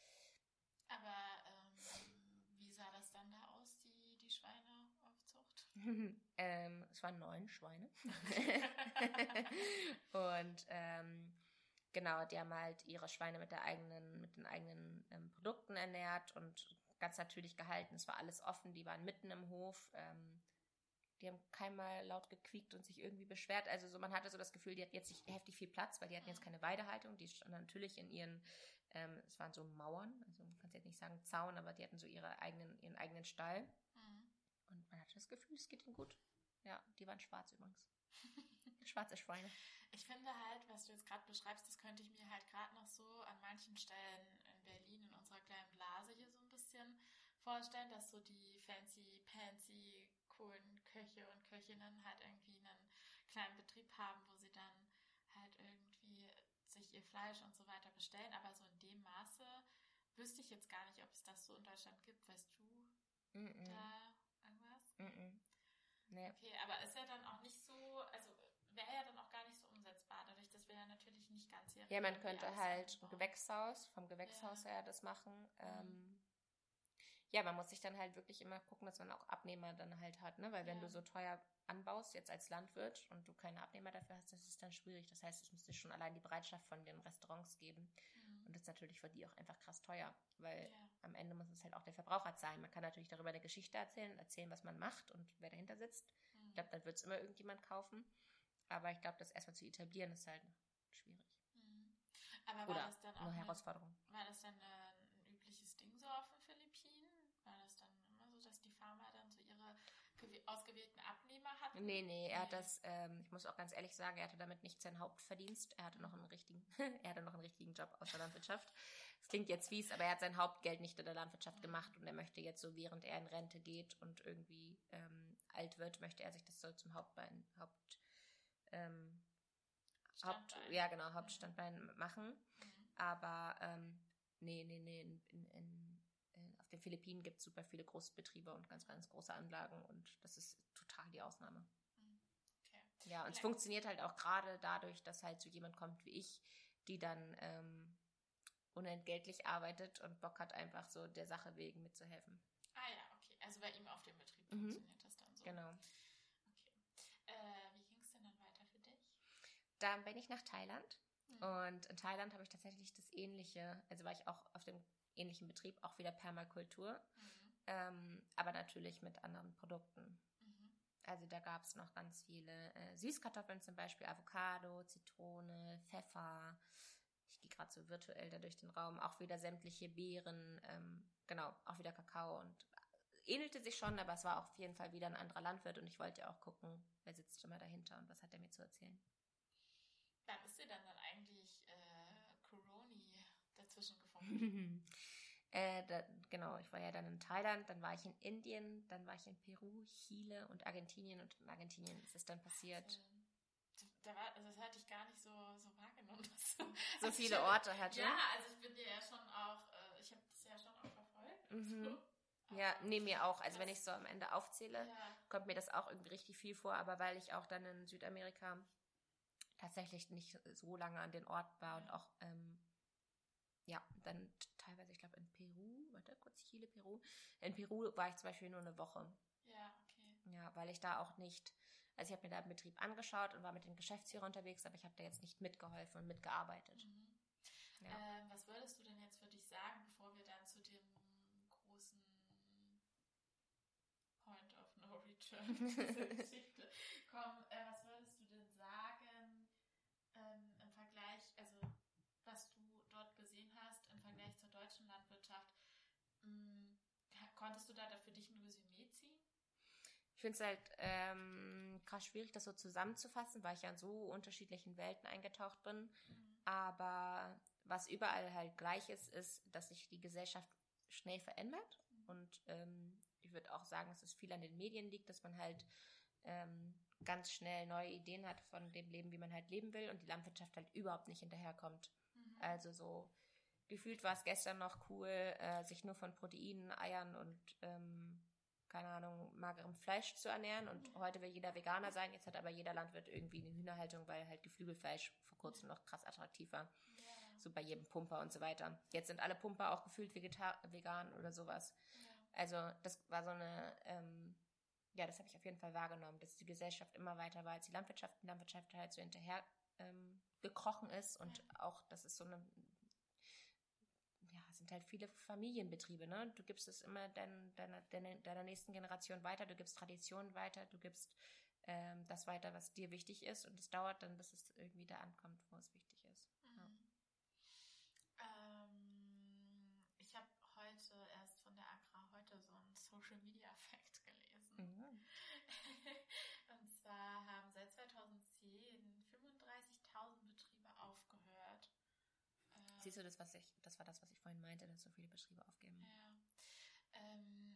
S1: Aber ähm, wie sah das dann da aus, die, die Schweineaufzucht?
S2: ähm, es waren neun Schweine. Und ähm, genau, die haben halt ihre Schweine mit der eigenen, mit den eigenen ähm, Produkten ernährt und ganz natürlich gehalten. Es war alles offen, die waren mitten im Hof. Ähm, die haben keinmal laut gequiekt und sich irgendwie beschwert. Also so, man hatte so das Gefühl, die hatten jetzt nicht heftig viel Platz, weil die hatten jetzt keine Weidehaltung. Die standen natürlich in ihren, ähm, es waren so Mauern, also man kann jetzt nicht sagen Zaun, aber die hatten so ihre eigenen, ihren eigenen Stall. Mhm. Und man hatte das Gefühl, es geht ihnen gut. Ja, die waren schwarz übrigens. Schwarze Schweine.
S1: Ich finde halt, was du jetzt gerade beschreibst, das könnte ich mir halt gerade noch so an manchen Stellen in Berlin, in unserer kleinen Blase hier so ein bisschen vorstellen, dass so die fancy, fancy, coolen Köche und Köchinnen halt irgendwie einen kleinen Betrieb haben, wo sie dann halt irgendwie sich ihr Fleisch und so weiter bestellen. Aber so in dem Maße wüsste ich jetzt gar nicht, ob es das so in Deutschland gibt. Weißt du Mm-mm. da irgendwas?
S2: Mm-mm. Nee.
S1: Okay, aber ist ja dann auch nicht so, also wäre ja dann auch gar nicht so umsetzbar, dadurch, dass wir ja natürlich nicht ganz hier...
S2: Ja, man könnte halt ein Gewächshaus, vom Gewächshaus ja. her das machen. Mhm. Ähm, ja, man muss sich dann halt wirklich immer gucken, dass man auch Abnehmer dann halt hat, ne? Weil wenn ja. du so teuer anbaust, jetzt als Landwirt, und du keine Abnehmer dafür hast, das ist dann schwierig. Das heißt, es müsste schon allein die Bereitschaft von den Restaurants geben. Mhm. Und das ist natürlich für die auch einfach krass teuer, weil ja. am Ende muss es halt auch der Verbraucher zahlen. Man kann natürlich darüber eine Geschichte erzählen, erzählen, was man macht und wer dahinter sitzt. Mhm. Ich glaube, dann wird es immer irgendjemand kaufen. Aber ich glaube, das erstmal zu etablieren, ist halt schwierig.
S1: Mhm. Aber war
S2: Oder
S1: das dann auch
S2: eine
S1: eine
S2: Herausforderung?
S1: War das dann ein übliches Ding so auf den Philippinen? War das dann immer so, dass die Farmer dann so ihre ausgewählten Abnehmer hatten?
S2: Nee, nee, er nee. hat das, ähm, ich muss auch ganz ehrlich sagen, er hatte damit nicht seinen Hauptverdienst. Er hatte noch einen richtigen, er hatte noch einen richtigen Job aus der Landwirtschaft. Das klingt jetzt fies, aber er hat sein Hauptgeld nicht in der Landwirtschaft mhm. gemacht und er möchte jetzt so, während er in Rente geht und irgendwie ähm, alt wird, möchte er sich das so zum Hauptbein, Haupt, ähm, Haupt, ja genau, Hauptstandbein mhm. machen. Mhm. Aber ähm, nee, nee, nee, in, in, in auf den Philippinen gibt es super viele Großbetriebe und ganz, ganz große Anlagen und das ist total die Ausnahme.
S1: Okay.
S2: Ja, und okay. es funktioniert halt auch gerade dadurch, dass halt so jemand kommt wie ich, die dann ähm, unentgeltlich arbeitet und Bock hat, einfach so der Sache wegen mitzuhelfen.
S1: Ah ja, okay. Also bei ihm auf dem Betrieb mhm. funktioniert das dann so.
S2: Genau.
S1: Okay. Äh, wie ging es denn dann weiter für dich?
S2: Dann bin ich nach Thailand mhm. und in Thailand habe ich tatsächlich das Ähnliche, also war ich auch auf dem ähnlichen Betrieb, auch wieder Permakultur, mhm. ähm, aber natürlich mit anderen Produkten. Mhm. Also da gab es noch ganz viele äh, Süßkartoffeln zum Beispiel, Avocado, Zitrone, Pfeffer. Ich gehe gerade so virtuell da durch den Raum. Auch wieder sämtliche Beeren, ähm, genau, auch wieder Kakao und ähnelte sich schon, aber es war auf jeden Fall wieder ein anderer Landwirt und ich wollte ja auch gucken, wer sitzt immer dahinter und was hat er mir zu erzählen.
S1: Wann ist dir dann dann eigentlich äh, Coroni dazwischen gefunden?
S2: äh, da, genau, ich war ja dann in Thailand, dann war ich in Indien, dann war ich in Peru, Chile und Argentinien und in Argentinien ist es dann passiert.
S1: Also, da war, also das hatte ich gar nicht so, so wahrgenommen. Dass,
S2: so
S1: also
S2: viele
S1: ich,
S2: Orte hatte.
S1: Ja, also ich bin dir ja schon auch, äh, ich habe das ja schon auch verfolgt.
S2: Mhm.
S1: So.
S2: Ja, nee, mir auch. Also
S1: das,
S2: wenn ich so am Ende aufzähle,
S1: ja.
S2: kommt mir das auch irgendwie richtig viel vor, aber weil ich auch dann in Südamerika tatsächlich nicht so lange an den Ort war
S1: Ja.
S2: und auch, ähm, ja, dann teilweise, ich glaube in Peru, warte, kurz Chile, Peru. In Peru war ich zum Beispiel nur eine Woche.
S1: Ja, okay.
S2: Ja, weil ich da auch nicht, also ich habe mir da den Betrieb angeschaut und war mit den Geschäftsführern unterwegs, aber ich habe da jetzt nicht mitgeholfen und mitgearbeitet.
S1: Mhm.
S2: Ja.
S1: Ähm, was würdest du denn jetzt für dich sagen, bevor wir dann zu dem großen Point of No Return dieser Geschichte kommen? Äh, was würdest du denn sagen ähm, im Vergleich, also was du dort gesehen hast im Vergleich zur deutschen Landwirtschaft? Mh, konntest du da für dich ein Resümee ziehen?
S2: Ich finde es halt ähm, krass schwierig, das so zusammenzufassen, weil ich ja in so unterschiedlichen Welten eingetaucht bin. Mhm. Aber was überall halt gleich ist, ist, dass sich die Gesellschaft schnell verändert. Mhm. Und ähm, ich würde auch sagen, dass es viel an den Medien liegt, dass man halt ähm, ganz schnell neue Ideen hat von dem Leben, wie man halt leben will und die Landwirtschaft halt überhaupt nicht hinterherkommt. Mhm. Also so gefühlt war es gestern noch cool, äh, sich nur von Proteinen, Eiern und ähm, keine Ahnung, magerem Fleisch zu ernähren und heute will jeder Veganer sein, jetzt hat aber jeder Landwirt irgendwie eine Hühnerhaltung, weil halt Geflügelfleisch vor kurzem noch krass attraktiv war. Ja. So bei jedem Pumper und so weiter. Jetzt sind alle Pumper auch gefühlt vegetar- vegan oder sowas. Ja. Also das war so eine, ähm, ja, das habe ich auf jeden Fall wahrgenommen, dass die Gesellschaft immer weiter war als die Landwirtschaft, die Landwirtschaft halt so hinterher ähm, gekrochen ist und ja. auch, das ist so eine ja, es sind halt viele Familienbetriebe, ne? Du gibst es immer dein, deiner, deiner, deiner nächsten Generation weiter, du gibst Traditionen weiter, du gibst ähm, das weiter, was dir wichtig ist und es dauert dann, bis es irgendwie da ankommt, wo es wichtig ist.
S1: Mhm. Ja. Ähm, ich habe heute erst von der Agra heute so einen Social Media Fact gelesen. Mhm. Und zwar haben seit zweitausendzehn fünfunddreißigtausend Betriebe aufgehört.
S2: Siehst du, das, was ich, das war das, was ich vorhin meinte, dass so viele Betriebe aufgeben.
S1: Ja. Ähm,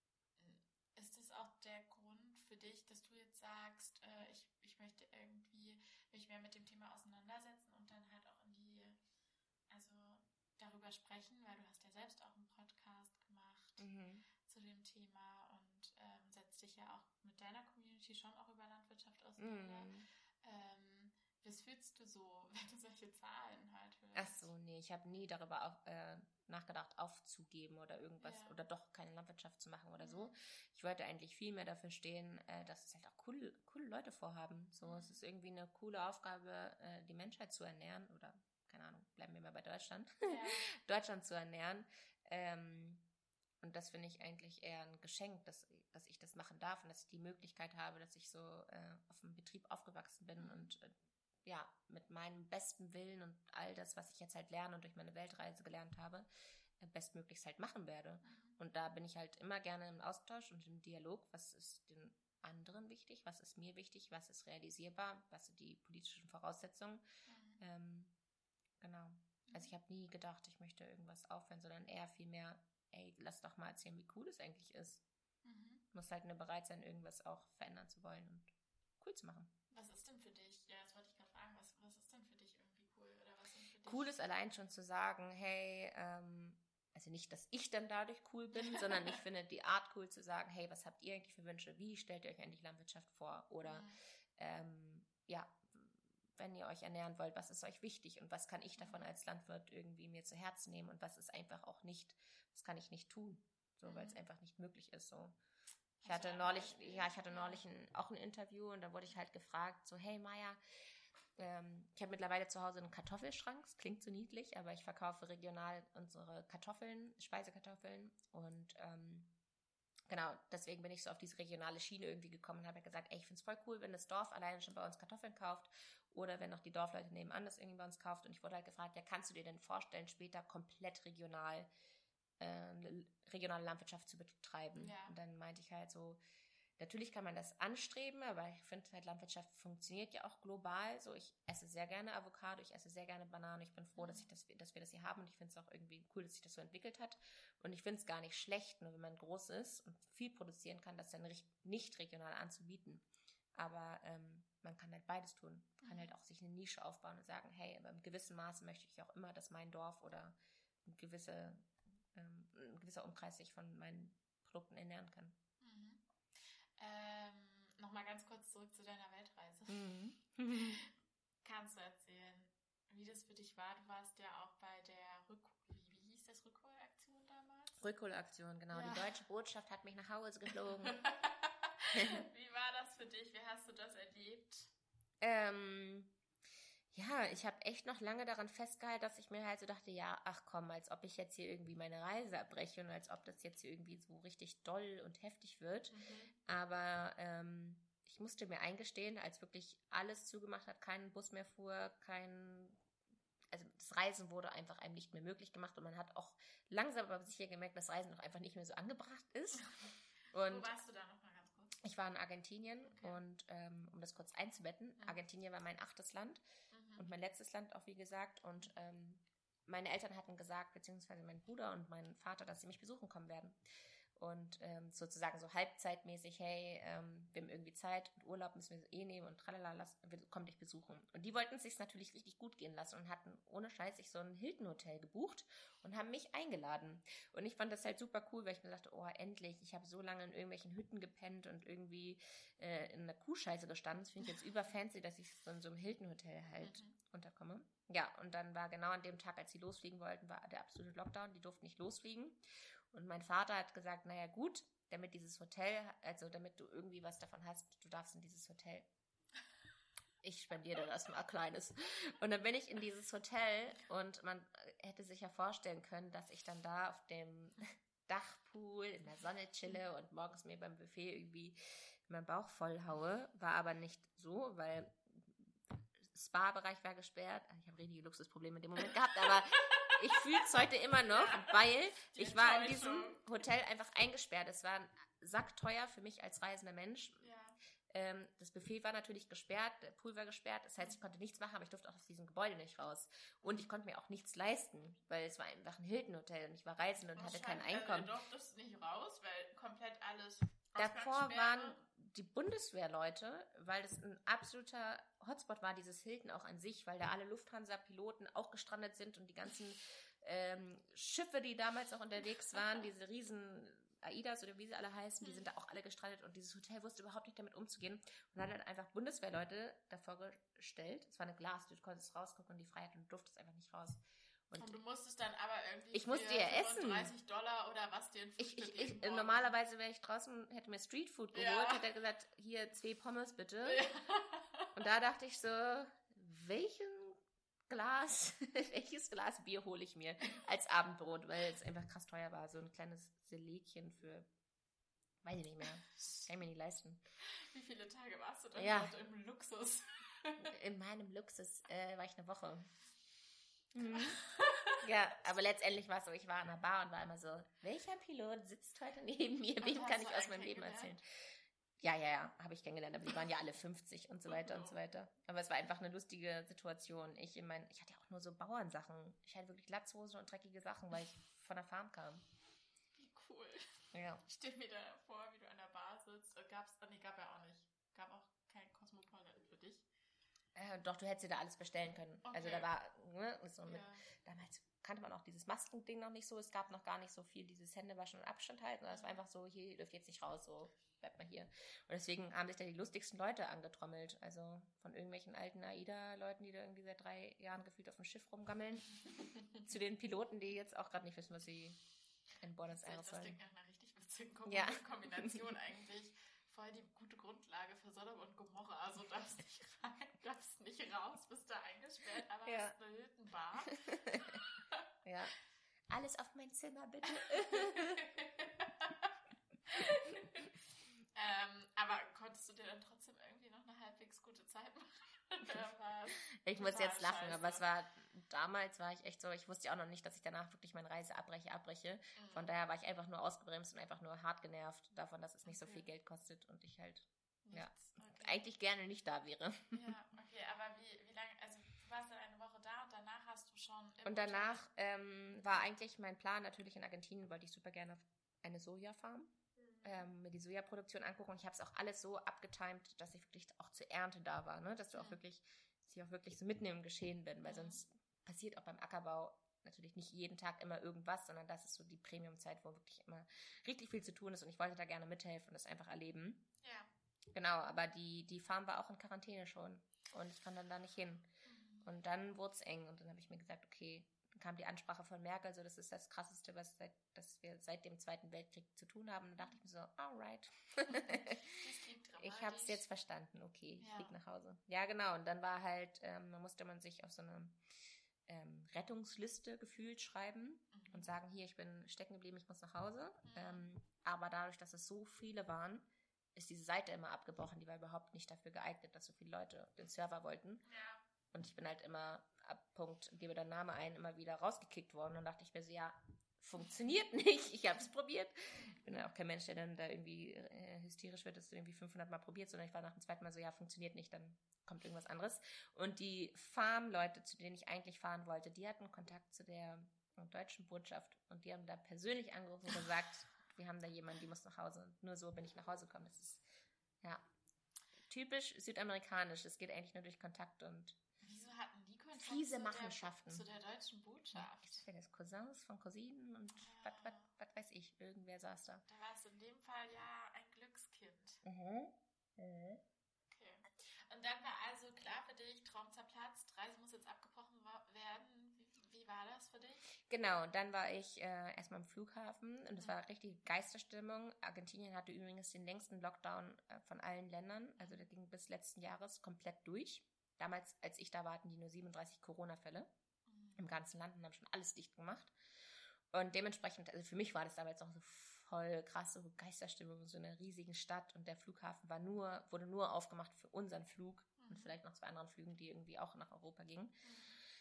S1: ist das auch der Grund für dich, dass du jetzt sagst, äh, ich, ich möchte irgendwie mich mehr mit dem Thema auseinandersetzen und dann halt auch in die, also darüber sprechen, weil du hast ja selbst auch einen Podcast gemacht mhm. zu dem Thema und ähm, setzt dich ja auch mit deiner Community schon auch über Landwirtschaft auseinander. Mhm. Ähm, Was fühlst du so, wenn du solche Zahlen halt hörst?
S2: Ach so, nee, ich habe nie darüber auf, äh, nachgedacht, aufzugeben oder irgendwas ja. oder doch keine Landwirtschaft zu machen oder mhm. so. Ich wollte eigentlich viel mehr dafür stehen, äh, dass es halt auch coole, coole Leute vorhaben. So, mhm. es ist irgendwie eine coole Aufgabe, äh, die Menschheit zu ernähren oder, keine Ahnung, bleiben wir mal bei Deutschland, ja. Deutschland zu ernähren. Ähm, und das finde ich eigentlich eher ein Geschenk, dass, dass ich das machen darf und dass ich die Möglichkeit habe, dass ich so äh, auf dem Betrieb aufgewachsen bin mhm. und äh, ja, mit meinem besten Willen und all das, was ich jetzt halt lerne und durch meine Weltreise gelernt habe, bestmöglichst halt machen werde. Mhm. Und da bin ich halt immer gerne im Austausch und im Dialog. Was ist den anderen wichtig? Was ist mir wichtig? Was ist realisierbar? Was sind die politischen Voraussetzungen? Mhm. Ähm, genau. Mhm. Also ich habe nie gedacht, ich möchte irgendwas aufhören, sondern eher vielmehr, ey, lass doch mal erzählen, wie cool es eigentlich ist. Mhm. Du musst halt nur bereit sein, irgendwas auch verändern zu wollen und cool zu machen.
S1: Was ist denn für dich, ja, das wollte ich gerade fragen, was, was ist denn für dich irgendwie cool? Oder was sind für dich?
S2: Cool ist allein schon zu sagen, hey, ähm, also nicht, dass ich dann dadurch cool bin, sondern ich finde die Art cool zu sagen, hey, was habt ihr eigentlich für Wünsche? Wie stellt ihr euch eigentlich Landwirtschaft vor? Oder, mhm. ähm, ja, wenn ihr euch ernähren wollt, was ist euch wichtig und was kann ich davon mhm. als Landwirt irgendwie mir zu Herzen nehmen und was ist einfach auch nicht, was kann ich nicht tun, so, mhm. weil es einfach nicht möglich ist, so. Ich hatte neulich, ja, ich hatte neulich ein, auch ein Interview und da wurde ich halt gefragt, so, hey Maja, ähm, ich habe mittlerweile zu Hause einen Kartoffelschrank, das klingt so niedlich, aber ich verkaufe regional unsere Kartoffeln, Speisekartoffeln und ähm, genau, deswegen bin ich so auf diese regionale Schiene irgendwie gekommen und habe gesagt, ey, ich finde es voll cool, wenn das Dorf alleine schon bei uns Kartoffeln kauft oder wenn noch die Dorfleute nebenan das irgendwie bei uns kauft und ich wurde halt gefragt, ja, kannst du dir denn vorstellen, später komplett regional äh, regionale Landwirtschaft zu betreiben.
S1: Ja.
S2: Und dann meinte ich halt so, natürlich kann man das anstreben, aber ich finde halt, Landwirtschaft funktioniert ja auch global. So, ich esse sehr gerne Avocado, ich esse sehr gerne Bananen. Ich bin froh, dass, ich das, dass wir das hier haben und ich finde es auch irgendwie cool, dass sich das so entwickelt hat. Und ich finde es gar nicht schlecht, nur wenn man groß ist und viel produzieren kann, das dann nicht regional anzubieten. Aber ähm, man kann halt beides tun. Man kann halt auch sich eine Nische aufbauen und sagen, hey, aber in gewissem Maße möchte ich auch immer, dass mein Dorf oder ein, gewisse, ähm, ein gewisser Umkreis sich von meinen Produkten ernähren kann.
S1: Mhm. Ähm, Nochmal ganz kurz zurück zu deiner Weltreise.
S2: Mhm.
S1: Kannst du erzählen, wie das für dich war? Du warst ja auch bei der Rück... Wie, wie hieß das? Rückholaktion damals?
S2: Rückholaktion, genau. Ja. Die deutsche Botschaft hat mich nach Hause geflogen.
S1: Wie war das für dich? Wie hast du das erlebt?
S2: Ähm, ja, ich habe echt noch lange daran festgehalten, dass ich mir halt so dachte, ja, ach komm, als ob ich jetzt hier irgendwie meine Reise abbreche und als ob das jetzt hier irgendwie so richtig doll und heftig wird. Mhm. Aber ähm, ich musste mir eingestehen, als wirklich alles zugemacht hat, kein Bus mehr fuhr, kein... Also das Reisen wurde einfach einem nicht mehr möglich gemacht und man hat auch langsam aber sicher gemerkt, dass Reisen noch einfach nicht mehr so angebracht ist. Und
S1: wo warst du da nochmal ganz kurz?
S2: Ich war in Argentinien
S1: okay.
S2: und ähm, um das kurz einzubetten, mhm. Argentinien war mein achtes Land mhm. und mein letztes Land auch, wie gesagt. Und ähm, meine Eltern hatten gesagt, beziehungsweise mein Bruder und mein Vater, dass sie mich besuchen kommen werden. Und ähm, sozusagen so halbzeitmäßig, hey, ähm, wir haben irgendwie Zeit und Urlaub müssen wir eh nehmen und tralala, lass, wir kommen dich besuchen. Und die wollten es sich natürlich richtig gut gehen lassen und hatten ohne Scheiß sich so ein Hilton-Hotel gebucht und haben mich eingeladen. Und ich fand das halt super cool, weil ich mir dachte, oh, endlich, ich habe so lange in irgendwelchen Hütten gepennt und irgendwie äh, in einer Kuhscheiße gestanden. Das finde ich jetzt überfancy, dass ich so in so einem Hilton-Hotel halt mhm. unterkomme. Ja, und dann war genau an dem Tag, als sie losfliegen wollten, war der absolute Lockdown. Die durften nicht losfliegen. Und mein Vater hat gesagt, naja gut, damit dieses Hotel, also damit du irgendwie was davon hast, du darfst in dieses Hotel. Ich spendiere dir das mal Kleines. Und dann bin ich in dieses Hotel und man hätte sich ja vorstellen können, dass ich dann da auf dem Dachpool in der Sonne chille und morgens mir beim Buffet irgendwie meinen Bauch voll haue. War aber nicht so, weil Spa-Bereich war gesperrt. Ich habe richtige Luxusprobleme in dem Moment gehabt, aber ich fühle es heute immer noch, ja, weil ich war in diesem Hotel einfach eingesperrt. Es war sackteuer für mich als reisender Mensch.
S1: Ja.
S2: Ähm, das Buffet war natürlich gesperrt, der Pool war gesperrt. Das heißt, ich konnte nichts machen, aber ich durfte auch aus diesem Gebäude nicht raus. Und ich konnte mir auch nichts leisten, weil es war einfach ein Hilton-Hotel und ich war reisend und
S1: Was
S2: hatte kein
S1: scheint,
S2: Einkommen.
S1: Also, du durftest nicht raus, weil komplett alles...
S2: Davor waren die Bundeswehrleute, weil das ein absoluter Hotspot war, dieses Hilton auch an sich, weil da alle Lufthansa-Piloten auch gestrandet sind und die ganzen ähm, Schiffe, die damals auch unterwegs waren, diese riesen AIDAs oder wie sie alle heißen, die sind da auch alle gestrandet und dieses Hotel wusste überhaupt nicht damit umzugehen und hat dann einfach Bundeswehrleute davor gestellt. Es war eine Glastür, du konntest rausgucken und die Freiheit und du durftest einfach nicht raus.
S1: Und, und du musstest dann aber irgendwie
S2: ich musste ja essen.
S1: dreißig Dollar oder was dir ein
S2: ich,
S1: Frühstück
S2: ich, ich, Normalerweise wäre ich draußen, hätte mir Streetfood geholt, ja. hätte er gesagt, hier zwei Pommes bitte. Ja. Und da dachte ich so, welchen Glas, welches Glas Bier hole ich mir als Abendbrot, weil es einfach krass teuer war. So ein kleines Selegchen für, weiß ich nicht mehr, kann ich mir nicht leisten.
S1: Wie viele Tage warst du dann
S2: ja.
S1: dort im Luxus?
S2: In meinem Luxus äh, war ich eine Woche. Mhm. Ja, aber letztendlich war es so, ich war an der Bar und war immer so, welcher Pilot sitzt heute neben mir? Wem kann ich aus meinem Leben erzählen? Ja, ja, ja, habe ich kennengelernt, aber die waren ja alle fünfzig und so weiter und so weiter. Aber es war einfach eine lustige Situation. Ich, ich meine, ich hatte ja auch nur so Bauernsachen. Ich hatte wirklich Latzhosen und dreckige Sachen, weil ich von der Farm kam.
S1: Wie cool.
S2: Ja.
S1: Ich stelle mir da vor, wie du an der Bar sitzt. Gab's, nee, gab ja auch nicht. Gab auch kein Cosmopolitan für dich.
S2: Äh, doch, du hättest dir da alles bestellen können. Okay. Also da war, ne, so mit, ja. damals kannte man auch dieses Maskending noch nicht so. Es gab noch gar nicht so viel dieses Händewaschen und Abstand halten. Es war einfach so, hier, ihr dürft jetzt nicht raus, so bleibt mal hier. Und deswegen haben sich da die lustigsten Leute angetrommelt. Also von irgendwelchen alten AIDA-Leuten, die da irgendwie seit drei Jahren gefühlt auf dem Schiff rumgammeln, zu den Piloten, die jetzt auch gerade nicht wissen, was sie in Buenos Aires sollen.
S1: Das klingt nach einer richtig witzigen
S2: ja.
S1: Kombination eigentlich. Voll die gute Grundlage für Sodom und Gomorra. Also darfst nicht rein, darfst nicht raus, bist da eingesperrt, aber ja. hast eine Hüttenbar.
S2: Ja. Alles auf mein Zimmer, bitte.
S1: ähm, aber konntest du dir dann trotzdem irgendwie noch eine halbwegs gute Zeit machen?
S2: Ich muss jetzt lachen, scheiße. Aber es war damals war ich echt so, ich wusste ja auch noch nicht, dass ich danach wirklich meine Reise abbreche, abbreche. Mhm. Von daher war ich einfach nur ausgebremst und einfach nur hart genervt davon, dass es nicht okay. so viel Geld kostet und ich halt Nichts. ja okay. eigentlich gerne nicht da wäre.
S1: Ja, okay, aber wie, wie lange, also du warst dann eine Woche da und danach hast du schon...
S2: Und danach ähm, war eigentlich mein Plan, natürlich in Argentinien wollte ich super gerne auf eine Sojafarm mhm. ähm, mir die Sojaproduktion angucken und ich habe es auch alles so abgetimt, dass ich wirklich auch zur Ernte da war, ne? Dass du mhm. auch wirklich, dass ich auch wirklich so mitten im Geschehen bin, weil mhm. sonst passiert auch beim Ackerbau natürlich nicht jeden Tag immer irgendwas, sondern das ist so die Premium-Zeit, wo wirklich immer richtig viel zu tun ist und ich wollte da gerne mithelfen und das einfach erleben.
S1: Ja.
S2: Genau, aber die, die Farm war auch in Quarantäne schon und ich kann dann da nicht hin. Mhm. Und dann wurde es eng und dann habe ich mir gesagt, okay, dann kam die Ansprache von Merkel, so das ist das Krasseste, was seit, das wir seit dem Zweiten Weltkrieg zu tun haben. Und dann dachte ich mir so, alright. Ich habe es jetzt verstanden, okay, ich ja. fliege nach Hause. Ja, genau, und dann war halt, ähm, dann musste man sich auf so eine ähm, Rettungsliste gefühlt schreiben mhm. und sagen, hier, ich bin stecken geblieben, ich muss nach Hause. Mhm. Ähm, aber dadurch, dass es so viele waren, ist diese Seite immer abgebrochen, die war überhaupt nicht dafür geeignet, dass so viele Leute den Server wollten.
S1: Ja.
S2: Und ich bin halt immer ab Punkt, gebe deinen Namen ein, immer wieder rausgekickt worden. Und dann dachte ich mir so, ja, funktioniert nicht. Ich habe es probiert. Ich bin ja auch kein Mensch, der dann da irgendwie äh, hysterisch wird, dass du irgendwie fünfhundert Mal probiert, sondern ich war nach dem zweiten Mal so, ja, funktioniert nicht, dann kommt irgendwas anderes. Und die Farm-Leute, zu denen ich eigentlich fahren wollte, die hatten Kontakt zu der deutschen Botschaft und die haben da persönlich angerufen und gesagt, wir haben da jemanden, die muss nach Hause. Und nur so bin ich nach Hause gekommen. Das ist, ja, typisch südamerikanisch. Es geht eigentlich nur durch Kontakt und
S1: wieso hatten die Kontakt
S2: fiese
S1: zu,
S2: Machenschaften.
S1: Der, zu der deutschen Botschaft?
S2: Ich weiß das Cousins von Cousinen und
S1: ja.
S2: was weiß ich. Irgendwer saß da.
S1: Da war es in dem Fall ja ein Glückskind.
S2: Mhm. Mhm.
S1: Okay. Und dann war also klar für dich, Traum zerplatzt, Reise muss jetzt abgebrochen werden. Wie, wie war das für dich?
S2: Genau, und dann war ich äh, erstmal am Flughafen und es mhm. war richtig Geisterstimmung. Argentinien hatte übrigens den längsten Lockdown äh, von allen Ländern. Also der ging bis letzten Jahres komplett durch. Damals, als ich da war, hatten die nur siebenunddreißig Corona-Fälle mhm. im ganzen Land und haben schon alles dicht gemacht. Und dementsprechend, also für mich war das damals auch so voll krass, so Geisterstimmung in so einer riesigen Stadt und der Flughafen war nur, wurde nur aufgemacht für unseren Flug mhm. und vielleicht noch zwei anderen Flügen, die irgendwie auch nach Europa gingen. Mhm.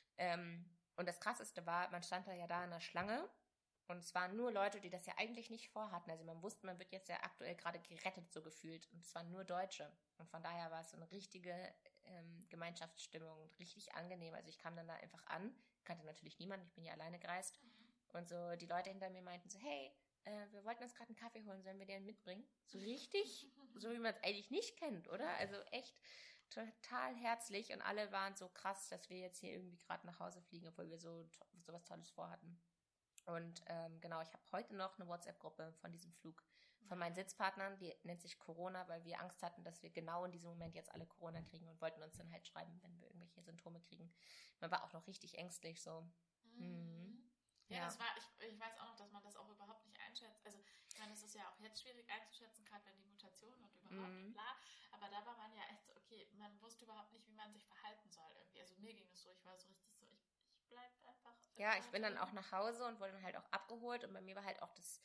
S2: Ähm, und das Krasseste war, man stand da ja da in der Schlange und es waren nur Leute, die das ja eigentlich nicht vorhatten. Also man wusste, man wird jetzt ja aktuell gerade gerettet, so gefühlt. Und es waren nur Deutsche. Und von daher war es so eine richtige ähm, Gemeinschaftsstimmung und richtig angenehm. Also ich kam dann da einfach an, kannte natürlich niemanden, ich bin ja alleine gereist. Mhm. Und so die Leute hinter mir meinten so, hey, äh, wir wollten uns gerade einen Kaffee holen, sollen wir den mitbringen? So richtig, so wie man es eigentlich nicht kennt, oder? Also echt total herzlich und alle waren so krass, dass wir jetzt hier irgendwie gerade nach Hause fliegen, obwohl wir so, so was Tolles vorhatten. Und ähm, genau, ich habe heute noch eine WhatsApp-Gruppe von diesem Flug von meinen Sitzpartnern, die nennt sich Corona, weil wir Angst hatten, dass wir genau in diesem Moment jetzt alle Corona kriegen und wollten uns dann halt schreiben, wenn wir irgendwelche Symptome kriegen. Man war auch noch richtig ängstlich so.
S1: Mhm. Mhm. Ja, ja, das war, ich, ich weiß auch noch, dass man das auch überhaupt nicht einschätzt. Also, ich meine, das ist ja auch jetzt schwierig einzuschätzen, gerade wenn die Mutationen und überhaupt mhm. bla. Aber da war man ja echt so, okay, man wusste überhaupt nicht, wie man sich verhalten soll irgendwie. Also mir ging es so, ich war so richtig so, ich, ich bleib einfach.
S2: Ja, ich bin dann auch nach Hause und wurde dann halt auch abgeholt und bei mir war halt auch das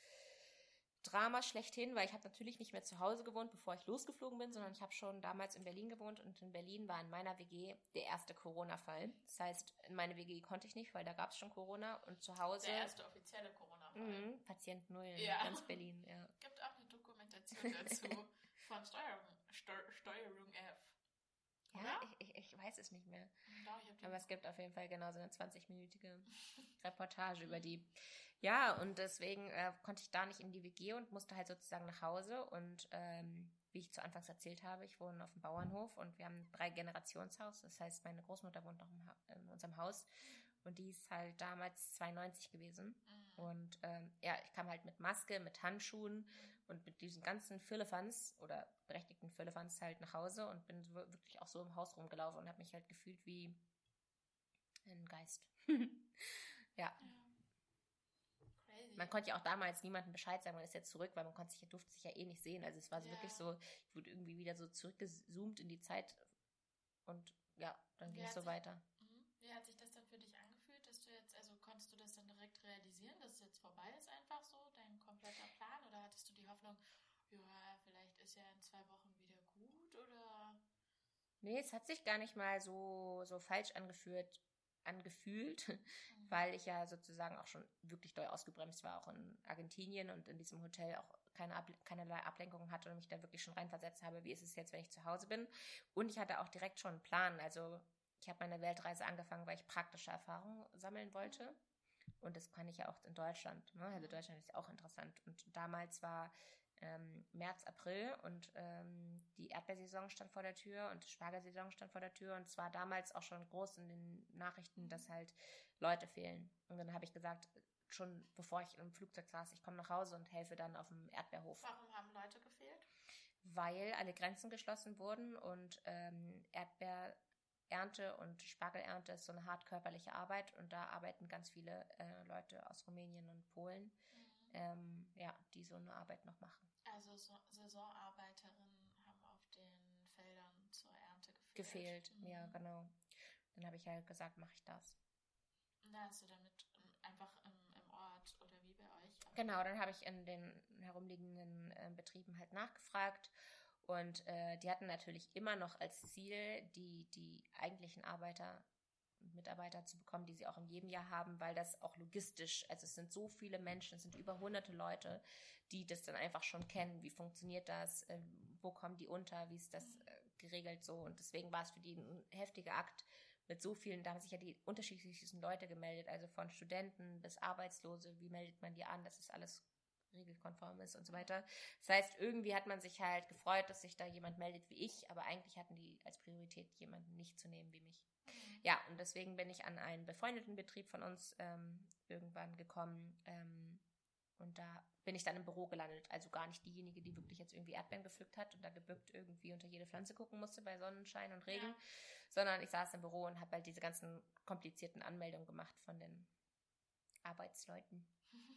S2: Drama schlechthin, weil ich habe natürlich nicht mehr zu Hause gewohnt, bevor ich losgeflogen bin, sondern ich habe schon damals in Berlin gewohnt und in Berlin war in meiner W G der erste Corona-Fall. Das heißt, in meine W G konnte ich nicht, weil da gab es schon Corona und zu Hause...
S1: Der erste offizielle Corona-Fall.
S2: Mhm, Patient Null in
S1: ja.
S2: ganz Berlin, ja.
S1: Gibt auch eine Dokumentation dazu von Steuerung, Steu- Steuerung F.
S2: Ja, ich, ich, ich weiß es nicht mehr.
S1: Ja,
S2: aber es gibt auf jeden Fall genau so eine zwanzig-minütige Reportage über die. Ja, und deswegen äh, konnte ich da nicht in die W G und musste halt sozusagen nach Hause. Und ähm, wie ich zu Anfangs erzählt habe, ich wohne auf dem Bauernhof und wir haben ein Drei-Generationshaus. Das heißt, meine Großmutter wohnt noch im ha- in unserem Haus und die ist halt damals zweiundneunzig gewesen. Mhm. Und ähm, ja, ich kam halt mit Maske, mit Handschuhen mhm. und mit diesen ganzen Firlefanz oder berechtigten Firlefanz halt nach Hause und bin so, wirklich auch so im Haus rumgelaufen und habe mich halt gefühlt wie ein Geist. ja.
S1: ja. Crazy.
S2: Man konnte ja auch damals niemandem Bescheid sagen, man ist jetzt zurück, weil man konnte sich, durfte sich ja eh nicht sehen. Also es war so
S1: ja.
S2: wirklich so, ich wurde irgendwie wieder so zurückgezoomt in die Zeit und ja, dann ging es so
S1: sich,
S2: weiter.
S1: Wie hat sich das dann für dich angefühlt, dass du jetzt, also konntest du das dann direkt realisieren, dass es jetzt vorbei ist einfach so, dein kompletter Plan, oder hattest du die Hoffnung, ja, vielleicht ist ja in zwei Wochen wieder gut, oder?
S2: Nee, es hat sich gar nicht mal so, so falsch angefühlt. angefühlt,
S1: Mhm.
S2: weil ich ja sozusagen auch schon wirklich doll ausgebremst war, auch in Argentinien und in diesem Hotel auch keine Able- keinerlei Ablenkung hatte und mich da wirklich schon reinversetzt habe, wie ist es jetzt, wenn ich zu Hause bin. Und ich hatte auch direkt schon einen Plan. Also ich habe meine Weltreise angefangen, weil ich praktische Erfahrungen sammeln wollte. Und das kann ich ja auch in Deutschland. Ne? Also Deutschland ist ja auch interessant. Und damals war ähm, März, April und ähm, die Erdbeersaison stand vor der Tür und die Spargelsaison stand vor der Tür. Und es war damals auch schon groß in den Nachrichten, dass halt Leute fehlen. Und dann habe ich gesagt, schon bevor ich im Flugzeug saß, ich komme nach Hause und helfe dann auf dem Erdbeerhof.
S1: Warum haben Leute gefehlt?
S2: Weil alle Grenzen geschlossen wurden und ähm, Erdbeerernte und Spargelernte ist so eine hart körperliche Arbeit und da arbeiten ganz viele äh, Leute aus Rumänien und Polen,
S1: Mhm.
S2: ähm, ja, die so eine Arbeit noch machen.
S1: Also so Saisonarbeiterinnen haben auf den Feldern zur Ernte gefehlt.
S2: Gefehlt,
S1: Mhm.
S2: ja, genau. Dann habe ich halt gesagt, mache ich das.
S1: Und da hast du damit ähm, einfach im, im Ort oder wie bei euch?
S2: Genau, dann habe ich in den herumliegenden äh, Betrieben halt nachgefragt und äh, die hatten natürlich immer noch als Ziel, die, die eigentlichen Arbeiter und Mitarbeiter zu bekommen, die sie auch in jedem Jahr haben, weil das auch logistisch, also es sind so viele Menschen, es sind über hunderte Leute, die das dann einfach schon kennen, wie funktioniert das, äh, wo kommen die unter, wie ist das äh, geregelt so und deswegen war es für die ein heftiger Akt, mit so vielen, da haben sich ja die unterschiedlichsten Leute gemeldet, also von Studenten bis Arbeitslose, wie meldet man die an, dass es alles regelkonform ist und so weiter. Das heißt, irgendwie hat man sich halt gefreut, dass sich da jemand meldet wie ich, aber eigentlich hatten die als Priorität, jemanden nicht zu nehmen wie mich.
S1: Mhm.
S2: Ja, und deswegen bin ich an einen befreundeten Betrieb von uns ähm, irgendwann gekommen, ähm, und da bin ich dann im Büro gelandet. Also gar nicht diejenige, die wirklich jetzt irgendwie Erdbeeren gepflückt hat und da gebückt irgendwie unter jede Pflanze gucken musste bei Sonnenschein und Regen,
S1: Ja.
S2: sondern ich saß im Büro und habe halt diese ganzen komplizierten Anmeldungen gemacht von den Arbeitsleuten.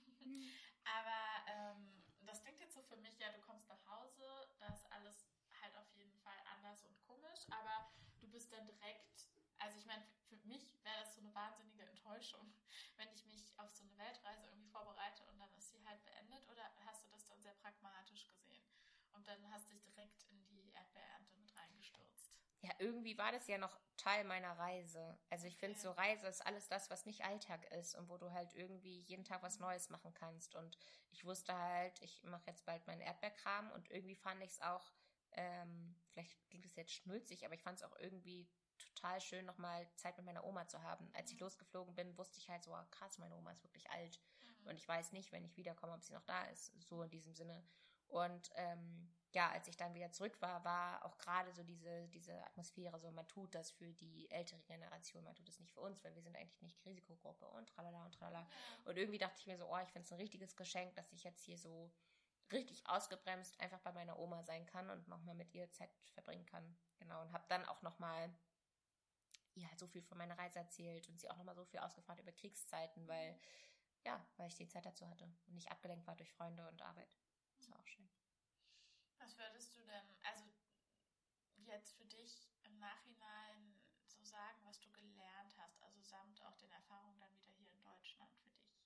S1: Aber ähm, das klingt jetzt so für mich, ja, du kommst nach Hause, da ist alles halt auf jeden Fall anders und komisch, aber du bist dann direkt, also ich meine, für mich wäre das so eine wahnsinnige Enttäuschung, wenn ich mich auf so eine Weltreise irgendwie vorbereite und dann ist sie halt beendet, oder hast du das dann sehr pragmatisch gesehen und dann hast dich direkt in die Erdbeerernte mit reingestürzt?
S2: Ja, irgendwie war das ja noch Teil meiner Reise. Also ich finde,
S1: Okay.
S2: so Reise ist alles das, was nicht Alltag ist und wo du halt irgendwie jeden Tag was Neues machen kannst. Und ich wusste halt, ich mache jetzt bald meinen Erdbeerkram und irgendwie fand ich es auch, ähm, vielleicht klingt es jetzt schnulzig, aber ich fand es auch irgendwie total schön, nochmal Zeit mit meiner Oma zu haben. Als ich
S1: Mhm.
S2: losgeflogen bin, wusste ich halt so, ah, krass, meine Oma ist wirklich alt.
S1: Mhm.
S2: Und ich weiß nicht, wenn ich wiederkomme, ob sie noch da ist. So in diesem Sinne. Und ähm, ja, als ich dann wieder zurück war, war auch gerade so diese, diese Atmosphäre, so man tut das für die ältere Generation, man tut das nicht für uns, weil wir sind eigentlich nicht Risikogruppe und tralala und tralala.
S1: Ja.
S2: Und irgendwie dachte ich mir so, oh, ich finde es ein richtiges Geschenk, dass ich jetzt hier so richtig ausgebremst einfach bei meiner Oma sein kann und nochmal mit ihr Zeit verbringen kann. Genau, und habe dann auch nochmal ihr halt so viel von meiner Reise erzählt und sie auch nochmal so viel ausgefragt über Kriegszeiten, weil, ja, weil ich die Zeit dazu hatte und nicht abgelenkt war durch Freunde und Arbeit. Das war auch schön.
S1: Was würdest du denn, also jetzt für dich im Nachhinein so sagen, was du gelernt hast, also samt auch den Erfahrungen dann wieder hier in Deutschland für dich?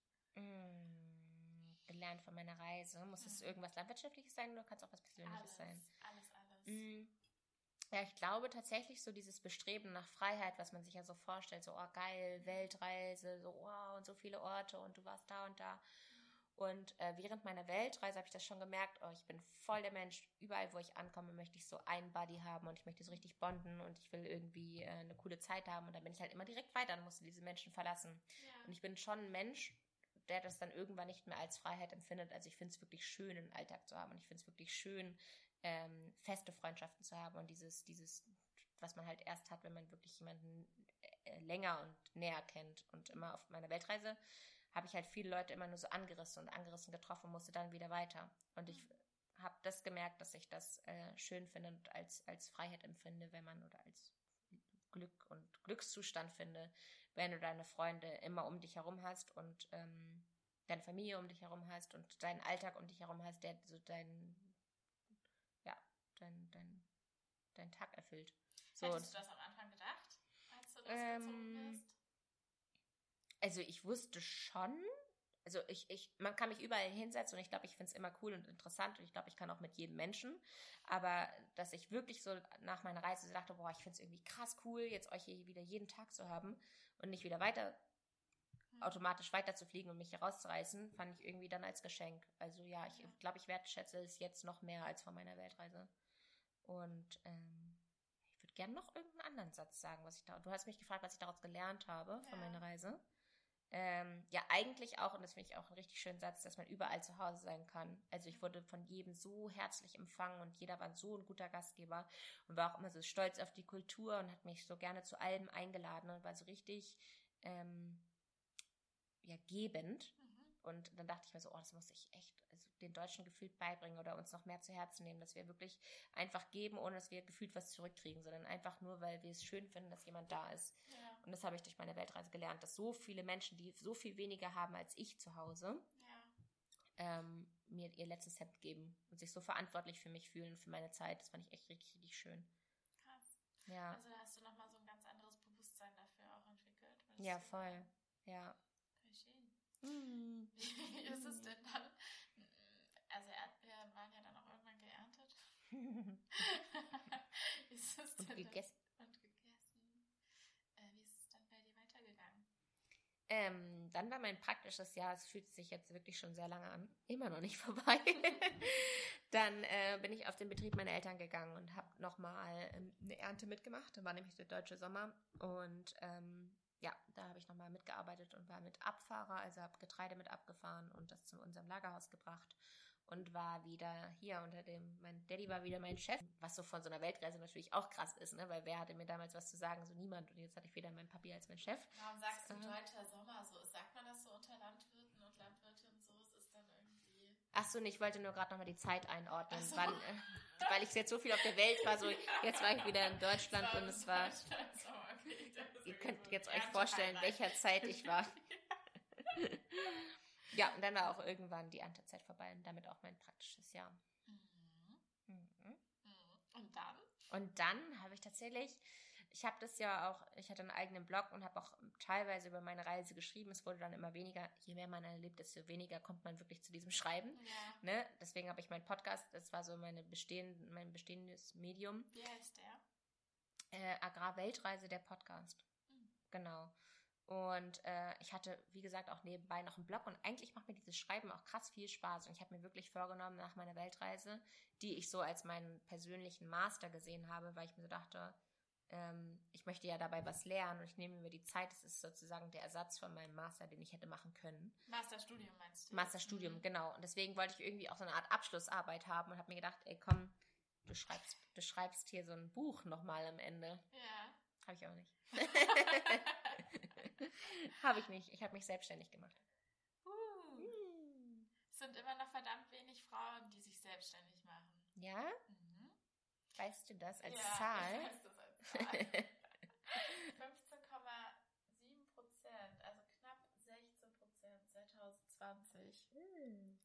S2: Mm, gelernt von meiner Reise. Muss es
S1: Mhm.
S2: irgendwas Landwirtschaftliches sein oder kann es auch was Persönliches
S1: Alles,
S2: sein?
S1: alles, alles.
S2: Mm, ja, ich glaube tatsächlich so dieses Bestreben nach Freiheit, was man sich ja so vorstellt, so, oh geil, Weltreise, so, wow, und so viele Orte und du warst da und da. Und äh, während meiner Weltreise habe ich das schon gemerkt, oh, ich bin voll der Mensch. Überall, wo ich ankomme, möchte ich so einen Buddy haben und ich möchte so richtig bonden und ich will irgendwie äh, eine coole Zeit haben. Und dann bin ich halt immer direkt weiter und musste diese Menschen verlassen.
S1: Ja.
S2: Und ich bin schon ein Mensch, der das dann irgendwann nicht mehr als Freiheit empfindet. Also ich finde es wirklich schön, einen Alltag zu haben und ich finde es wirklich schön, ähm, feste Freundschaften zu haben und dieses, dieses, was man halt erst hat, wenn man wirklich jemanden äh, länger und näher kennt. Und immer auf meiner Weltreise habe ich halt viele Leute immer nur so angerissen und angerissen getroffen, musste dann wieder weiter. Und ich habe das gemerkt, dass ich das äh, schön finde und als, als Freiheit empfinde, wenn man, oder als Glück und Glückszustand finde, wenn du deine Freunde immer um dich herum hast und ähm, deine Familie um dich herum hast und deinen Alltag um dich herum hast, der so dein, ja, dein, dein, dein Tag erfüllt. So,
S1: Hättest du das am Anfang gedacht, als du losgezogen
S2: ähm,
S1: bist?
S2: Also ich wusste schon, also ich, ich, man kann mich überall hinsetzen und ich glaube, ich finde es immer cool und interessant und ich glaube, ich kann auch mit jedem Menschen. Aber dass ich wirklich so nach meiner Reise so dachte, boah, ich finde es irgendwie krass cool, jetzt euch hier wieder jeden Tag zu haben und nicht wieder weiter automatisch weiterzufliegen und mich hier rauszureißen, fand ich irgendwie dann als Geschenk. Also ja, ich glaube, ich wertschätze es jetzt noch mehr als von meiner Weltreise. Und ähm, ich würde gerne noch irgendeinen anderen Satz sagen, was ich da. Du hast mich gefragt, was ich daraus gelernt habe von
S1: Ja.
S2: meiner Reise. Ähm, ja, eigentlich auch, und das finde ich auch einen richtig schönen Satz, dass man überall zu Hause sein kann. Also ich wurde von jedem so herzlich empfangen und jeder war so ein guter Gastgeber und war auch immer so stolz auf die Kultur und hat mich so gerne zu allem eingeladen und war so richtig ähm, ja, gebend.
S1: Mhm.
S2: Und dann dachte ich mir so, oh, das muss ich echt also den Deutschen gefühlt beibringen oder uns noch mehr zu Herzen nehmen, dass wir wirklich einfach geben, ohne dass wir gefühlt was zurückkriegen, sondern einfach nur, weil wir es schön finden, dass jemand da ist.
S1: Ja.
S2: Und das habe ich durch meine Weltreise gelernt, dass so viele Menschen, die so viel weniger haben als ich zu Hause,
S1: Ja.
S2: ähm, mir ihr letztes Hemd geben und sich so verantwortlich für mich fühlen, für meine Zeit. Das fand ich echt richtig, richtig schön.
S1: Krass.
S2: Ja,
S1: Also da hast du nochmal so ein ganz anderes Bewusstsein dafür auch entwickelt. würdest
S2: ja,
S1: du
S2: voll.
S1: sagen?
S2: Ja.
S1: Voll schön.
S2: Mhm.
S1: Wie ist es denn dann? Also Erdbeeren waren ja dann auch irgendwann geerntet. Wie ist es
S2: Und
S1: denn
S2: gegessen.
S1: dann? Und gegessen. Äh, wie ist es dann bei dir weitergegangen?
S2: Ähm, dann war mein praktisches Jahr, es fühlt sich jetzt wirklich schon sehr lange an, immer noch nicht vorbei. Dann äh, bin ich auf den Betrieb meiner Eltern gegangen und habe nochmal ähm, eine Ernte mitgemacht. Da war nämlich der deutsche Sommer und ähm, ja, da habe ich nochmal mitgearbeitet und war mit Abfahrer, also habe Getreide mit abgefahren und das zu unserem Lagerhaus gebracht und war wieder hier unter dem, mein Daddy war wieder mein Chef, was so von so einer Weltreise natürlich auch krass ist, ne? Weil wer hatte mir damals was zu sagen? So niemand. Und jetzt hatte ich wieder meinen Papi als mein Chef.
S1: Warum sagst du
S2: Äh.
S1: deutscher Sommer? So, sagt man das so unter Landwirten und Landwirtinnen so? Es ist dann irgendwie...
S2: Ach so, nee, ich wollte nur gerade nochmal die Zeit einordnen,
S1: Ach so.
S2: wann, äh, weil ich jetzt so viel auf der Welt war, so jetzt war ich wieder in Deutschland und es war,
S1: Deutschland Sommer, okay. Das ist
S2: ihr
S1: irgendwie
S2: könnt
S1: so
S2: jetzt
S1: ein
S2: euch vorstellen,
S1: Erntehighlight.
S2: welcher Zeit ich war. Ja, und dann war auch irgendwann die Erntezeit vorbei und damit auch mein praktisches Jahr.
S1: Mhm.
S2: Mhm.
S1: Mhm. Und dann?
S2: Und dann habe ich tatsächlich, ich habe das ja auch, ich hatte einen eigenen Blog und habe auch teilweise über meine Reise geschrieben. Es wurde dann immer weniger, je mehr man erlebt, desto weniger kommt man wirklich zu diesem Schreiben.
S1: Ja.
S2: Ne? Deswegen habe ich meinen Podcast, das war so meine bestehend, mein bestehendes Medium.
S1: Wie heißt der?
S2: Äh, Agrarweltreise, der Podcast.
S1: Mhm.
S2: Genau. Und äh, ich hatte, wie gesagt, auch nebenbei noch einen Blog und eigentlich macht mir dieses Schreiben auch krass viel Spaß und ich habe mir wirklich vorgenommen nach meiner Weltreise, die ich so als meinen persönlichen Master gesehen habe, weil ich mir so dachte, ähm, ich möchte ja dabei was lernen und ich nehme mir die Zeit, das ist sozusagen der Ersatz von meinem Master, den ich hätte machen können.
S1: Masterstudium meinst du?
S2: Masterstudium,
S1: Mhm.
S2: genau. Und deswegen wollte ich irgendwie auch so eine Art Abschlussarbeit haben und habe mir gedacht, ey komm, du schreibst, du schreibst hier so ein Buch nochmal am Ende.
S1: Ja.
S2: Habe ich auch nicht. Habe ich nicht. Ich habe mich selbstständig gemacht.
S1: Uh.
S2: Hm.
S1: Es sind immer noch verdammt wenig Frauen, die sich selbstständig machen.
S2: Ja?
S1: Mhm.
S2: Weißt du das als
S1: ja,
S2: Zahl?
S1: ich weiß das als Zahl. fünfzehn Komma sieben Prozent, also knapp sechzehn Prozent zwanzig zwanzig.
S2: Hm.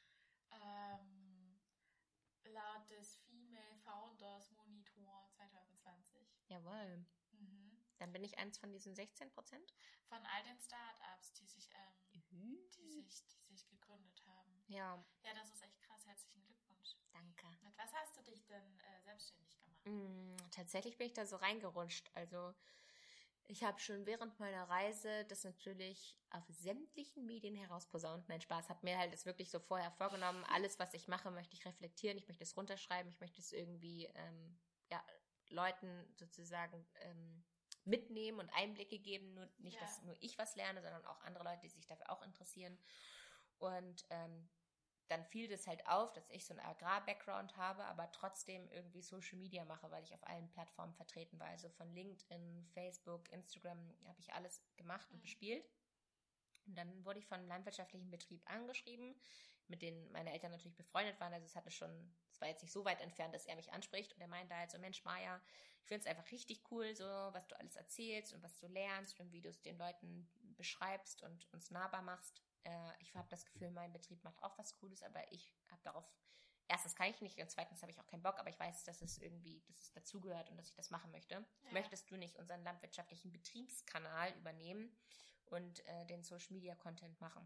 S1: Ähm, laut des Female Founders Monitor zwanzig zwanzig.
S2: Jawohl.
S1: Mhm.
S2: Dann bin ich eins von diesen sechzehn Prozent.
S1: Von all den Startups, die sich, ähm,
S2: Mhm.
S1: die sich, die sich gegründet haben.
S2: Ja,
S1: Ja, das ist echt krass. Herzlichen Glückwunsch.
S2: danke.
S1: Mit was hast du dich denn äh, selbstständig gemacht?
S2: Mm, tatsächlich bin ich da so reingerutscht. Also ich habe schon während meiner Reise das natürlich auf sämtlichen Medien herausposaunt. Nein, Spaß. Habe mir halt das wirklich so vorher vorgenommen. Alles, was ich mache, möchte ich reflektieren. Ich möchte es runterschreiben. Ich möchte es irgendwie ähm, ja, Leuten sozusagen ähm, mitnehmen und Einblicke geben. Nur nicht,
S1: Ja.
S2: dass nur ich was lerne, sondern auch andere Leute, die sich dafür auch interessieren. Und ähm, dann fiel das halt auf, dass ich so einen Agrar-Background habe, aber trotzdem irgendwie Social Media mache, weil ich auf allen Plattformen vertreten war. Also von LinkedIn, Facebook, Instagram habe ich alles gemacht und
S1: Mhm.
S2: bespielt. Und dann wurde ich von einem landwirtschaftlichen Betrieb angeschrieben, mit denen meine Eltern natürlich befreundet waren. Also es hatte schon, es war jetzt nicht so weit entfernt, dass er mich anspricht. Und er meinte halt so, Mensch, Maja, ich finde es einfach richtig cool, so was du alles erzählst und was du lernst und wie du es den Leuten beschreibst und uns nahbar machst. Äh, ich habe das Gefühl, mein Betrieb macht auch was Cooles, aber ich habe darauf, erstens kann ich nicht und zweitens habe ich auch keinen Bock, aber ich weiß, dass es irgendwie, dass es dazugehört und dass ich das machen möchte.
S1: Ja.
S2: Möchtest du nicht unseren landwirtschaftlichen Betriebskanal übernehmen und äh, den Social Media Content machen?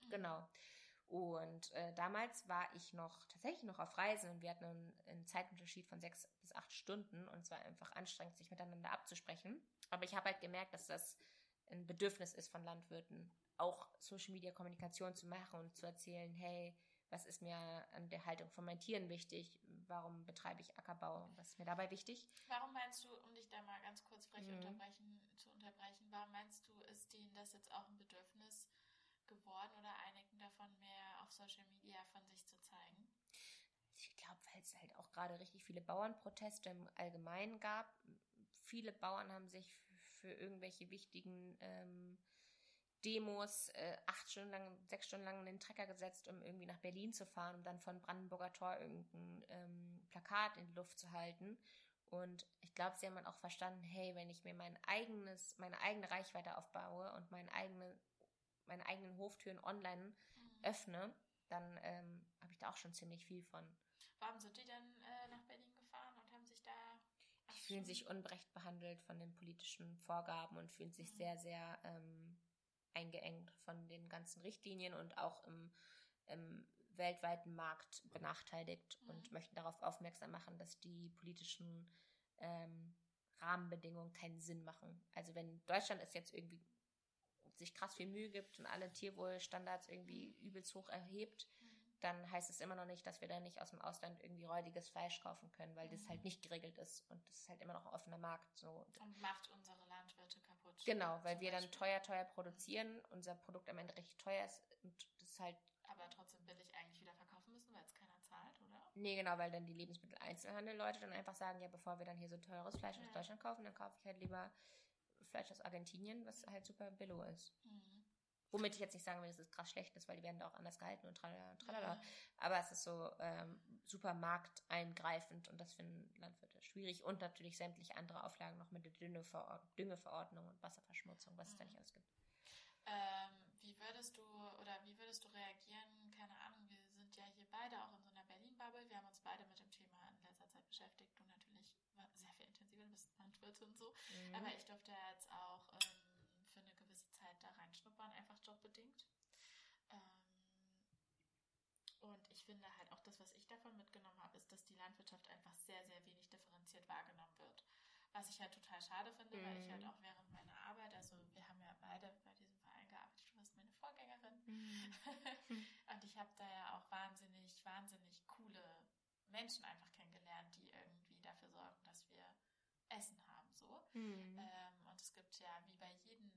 S2: Mhm. Genau. Und äh, damals war ich noch tatsächlich noch auf Reisen und wir hatten einen, einen Zeitunterschied von sechs bis acht Stunden und es war einfach anstrengend, sich miteinander abzusprechen. Aber ich habe halt gemerkt, dass das ein Bedürfnis ist von Landwirten, auch Social-Media-Kommunikation zu machen und zu erzählen, hey, was ist mir an der Haltung von meinen Tieren wichtig? Warum betreibe ich Ackerbau? Was ist mir dabei wichtig?
S1: Warum meinst du, um dich da mal ganz kurz frech
S2: Mhm.
S1: unterbrechen, zu unterbrechen, warum meinst du, ist denen das jetzt auch ein Bedürfnis geworden oder einigen davon mehr auf Social Media von sich zu zeigen?
S2: Ich glaube, weil es halt auch gerade richtig viele Bauernproteste im Allgemeinen gab. Viele Bauern haben sich für irgendwelche wichtigen ähm, Demos äh, acht Stunden lang, sechs Stunden lang in den Trecker gesetzt, um irgendwie nach Berlin zu fahren, um dann von Brandenburger Tor irgendein ähm, Plakat in die Luft zu halten. Und ich glaube, sie haben dann auch verstanden, hey, wenn ich mir mein eigenes, meine eigene Reichweite aufbaue und meine, eigene, meine eigenen Hoftüren online mhm. öffne, dann ähm, habe ich da auch schon ziemlich viel von.
S1: Warum sind die dann äh, nach Berlin gefahren und haben sich da...
S2: Die fühlen sich ungerecht behandelt von den politischen Vorgaben und fühlen sich mhm. sehr, sehr ähm, eingeengt von den ganzen Richtlinien und auch im, im weltweiten Markt benachteiligt mhm. und möchten darauf aufmerksam machen, dass die politischen ähm, Rahmenbedingungen keinen Sinn machen. Also wenn Deutschland es jetzt irgendwie sich krass viel Mühe gibt und alle Tierwohlstandards irgendwie mhm. übelst hoch erhebt, mhm. dann heißt es immer noch nicht, dass wir da nicht aus dem Ausland irgendwie räudiges Fleisch kaufen können, weil mhm. das halt nicht geregelt ist und das ist halt immer noch ein offener Markt. So.
S1: Und macht unsere Landwirte kaputt.
S2: Genau, weil wir Beispiel. dann teuer, teuer produzieren, unser Produkt am Ende richtig teuer ist und das ist halt...
S1: Aber trotzdem billig eigentlich wieder verkaufen müssen, weil es keiner zahlt, oder?
S2: Nee, genau, weil dann die Lebensmitteleinzelhandel-Leute dann einfach sagen, ja, bevor wir dann hier so teures Fleisch ja. aus Deutschland kaufen, dann kaufe ich halt lieber Fleisch aus Argentinien, was halt super billo ist. Mhm. Womit ich jetzt nicht sagen will, dass es krass schlecht ist, weil die werden da auch anders gehalten und tralala, tralala. Ja. Aber es ist so ähm, super markteingreifend und das finden Landwirte schwierig und natürlich sämtliche andere Auflagen noch mit der Düngeverord- Düngeverordnung und Wasserverschmutzung, was mhm. es da nicht alles gibt.
S1: Ähm, wie würdest du oder wie würdest du reagieren? Keine Ahnung, wir sind ja hier beide auch in so einer Berlin-Bubble. Wir haben uns beide mit dem Thema in letzter Zeit beschäftigt. Du natürlich sehr viel intensiver, du bist Landwirtin und so. Mhm. Aber ich durfte jetzt auch ähm, für eine gewisse Zeit da reinschnuppern, einfach jobbedingt. Ähm, und ich finde halt auch das, was ich davon mitgenommen habe, ist, dass die Landwirtschaft einfach sehr, sehr wenig differenziert wahrgenommen wird. Was ich halt total schade finde, mhm. weil ich halt auch während meiner Arbeit, also wir haben ja beide bei diesem Verein gearbeitet, du warst meine Vorgängerin. Mhm. Und ich habe da ja auch wahnsinnig, wahnsinnig coole Menschen einfach kennengelernt, die irgendwie dafür sorgen, dass wir Essen haben, so. Mhm. Ähm, und es gibt ja wie bei jeden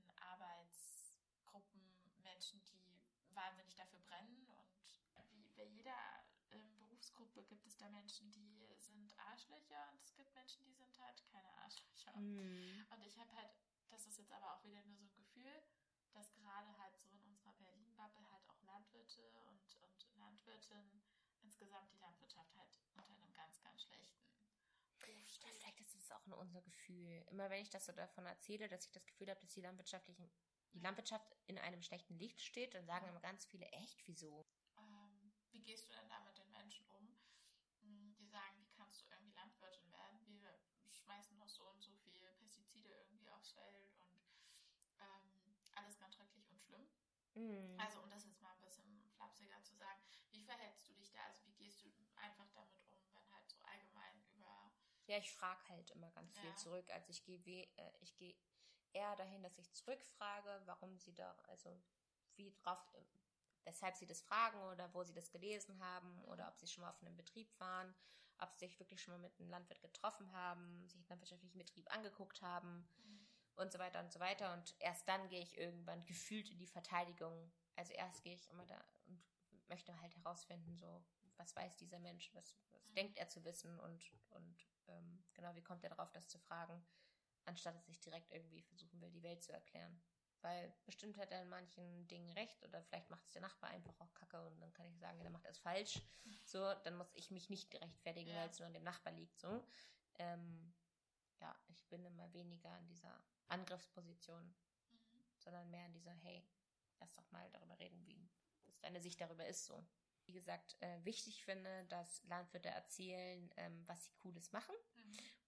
S1: Arbeitsgruppen Menschen, die wahnsinnig dafür brennen und wie bei jeder ähm, Berufsgruppe gibt es da Menschen, die sind Arschlöcher und es gibt Menschen, die sind halt keine Arschlöcher. Mhm. Und ich habe halt, das ist jetzt aber auch wieder nur so ein Gefühl, dass gerade halt so in unserer Berlin-Bubble halt auch Landwirte und, und Landwirtinnen insgesamt die Landwirtschaft halt unter einem ganz, ganz schlechten Ruf steht.
S2: Vielleicht ist es auch nur unser Gefühl. Immer wenn ich das so davon erzähle, dass ich das Gefühl habe, dass die landwirtschaftlichen die ja. Landwirtschaft in einem schlechten Licht steht, dann sagen ja. immer ganz viele, echt, wieso?
S1: Ähm, wie gehst du denn da mit den Menschen um, die sagen, wie kannst du irgendwie Landwirtin werden? Wir schmeißen noch so und so viel Pestizide irgendwie aufs Feld und ähm, alles ganz schrecklich und schlimm. Mhm. Also um das jetzt mal ein bisschen flapsiger zu sagen, wie verhältst du dich da? Also wie gehst du einfach damit um, wenn halt so allgemein über...
S2: Ja, ich frage halt immer ganz ja. viel zurück. Also ich gehe we- äh, ich gehe eher dahin, dass ich zurückfrage, warum sie da, also wie drauf, weshalb sie das fragen oder wo sie das gelesen haben oder ob sie schon mal auf einem Betrieb waren, ob sie sich wirklich schon mal mit einem Landwirt getroffen haben, sich einen landwirtschaftlichen Betrieb angeguckt haben mhm. und so weiter und so weiter. Und erst dann gehe ich irgendwann gefühlt in die Verteidigung. Also erst gehe ich immer da und möchte halt herausfinden, so, was weiß dieser Mensch, was, was mhm. denkt er zu wissen und, und ähm, genau, wie kommt er darauf, das zu fragen, anstatt dass ich direkt irgendwie versuchen will, die Welt zu erklären. Weil bestimmt hat er in manchen Dingen recht oder vielleicht macht es der Nachbar einfach auch kacke und dann kann ich sagen, ja, der macht es falsch. So, dann muss ich mich nicht rechtfertigen, ja. weil es nur an dem Nachbar liegt. So, ähm, ja, ich bin immer weniger in dieser Angriffsposition, mhm. sondern mehr in dieser, hey, lass doch mal darüber reden, wie was deine Sicht darüber ist. So, wie gesagt, äh, wichtig finde, dass Landwirte erzählen, ähm, was sie Cooles machen. Mhm.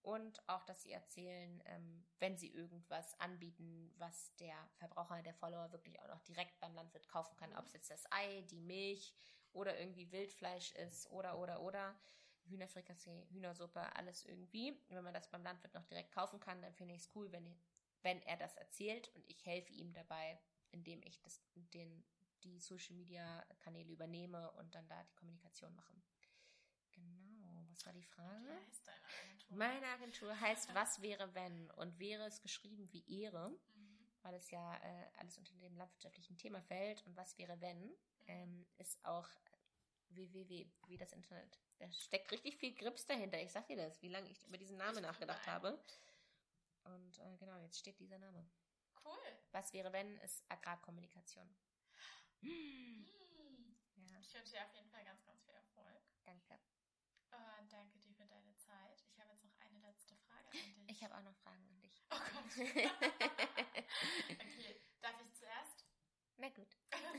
S2: Und auch, dass sie erzählen, ähm, wenn sie irgendwas anbieten, was der Verbraucher, der Follower wirklich auch noch direkt beim Landwirt kaufen kann. Ob es jetzt das Ei, die Milch oder irgendwie Wildfleisch ist oder, oder, oder. Hühnerfrikassee, Hühnersuppe, alles irgendwie. Wenn man das beim Landwirt noch direkt kaufen kann, dann finde ich es cool, wenn, wenn er das erzählt und ich helfe ihm dabei, indem ich das, den, die Social-Media-Kanäle übernehme und dann da die Kommunikation mache. Genau, was war die Frage?
S1: Wie heißt deine Agentur?
S2: Meine Agentur heißt Was wäre wenn und wäre es geschrieben wie Ehre,
S1: Mhm.
S2: weil es ja äh, alles unter dem landwirtschaftlichen Thema fällt und Was wäre wenn
S1: Mhm.
S2: ähm, ist auch www, wie das Internet. Da steckt richtig viel Grips dahinter, ich sag dir das, wie lange ich über diesen Namen
S1: Ich
S2: nachgedacht
S1: nein.
S2: habe. Und äh, genau, jetzt steht dieser Name.
S1: Cool.
S2: Was wäre wenn ist Agrarkommunikation.
S1: Mhm.
S2: Ja,
S1: Ich wünsche dir auf jeden Fall ganz, ganz viel Erfolg.
S2: danke.
S1: Und danke dir für deine Zeit. Ich habe jetzt noch eine letzte Frage an dich.
S2: Ich habe auch noch Fragen an dich.
S1: Oh Gott. Okay, darf ich zuerst?
S2: Na gut.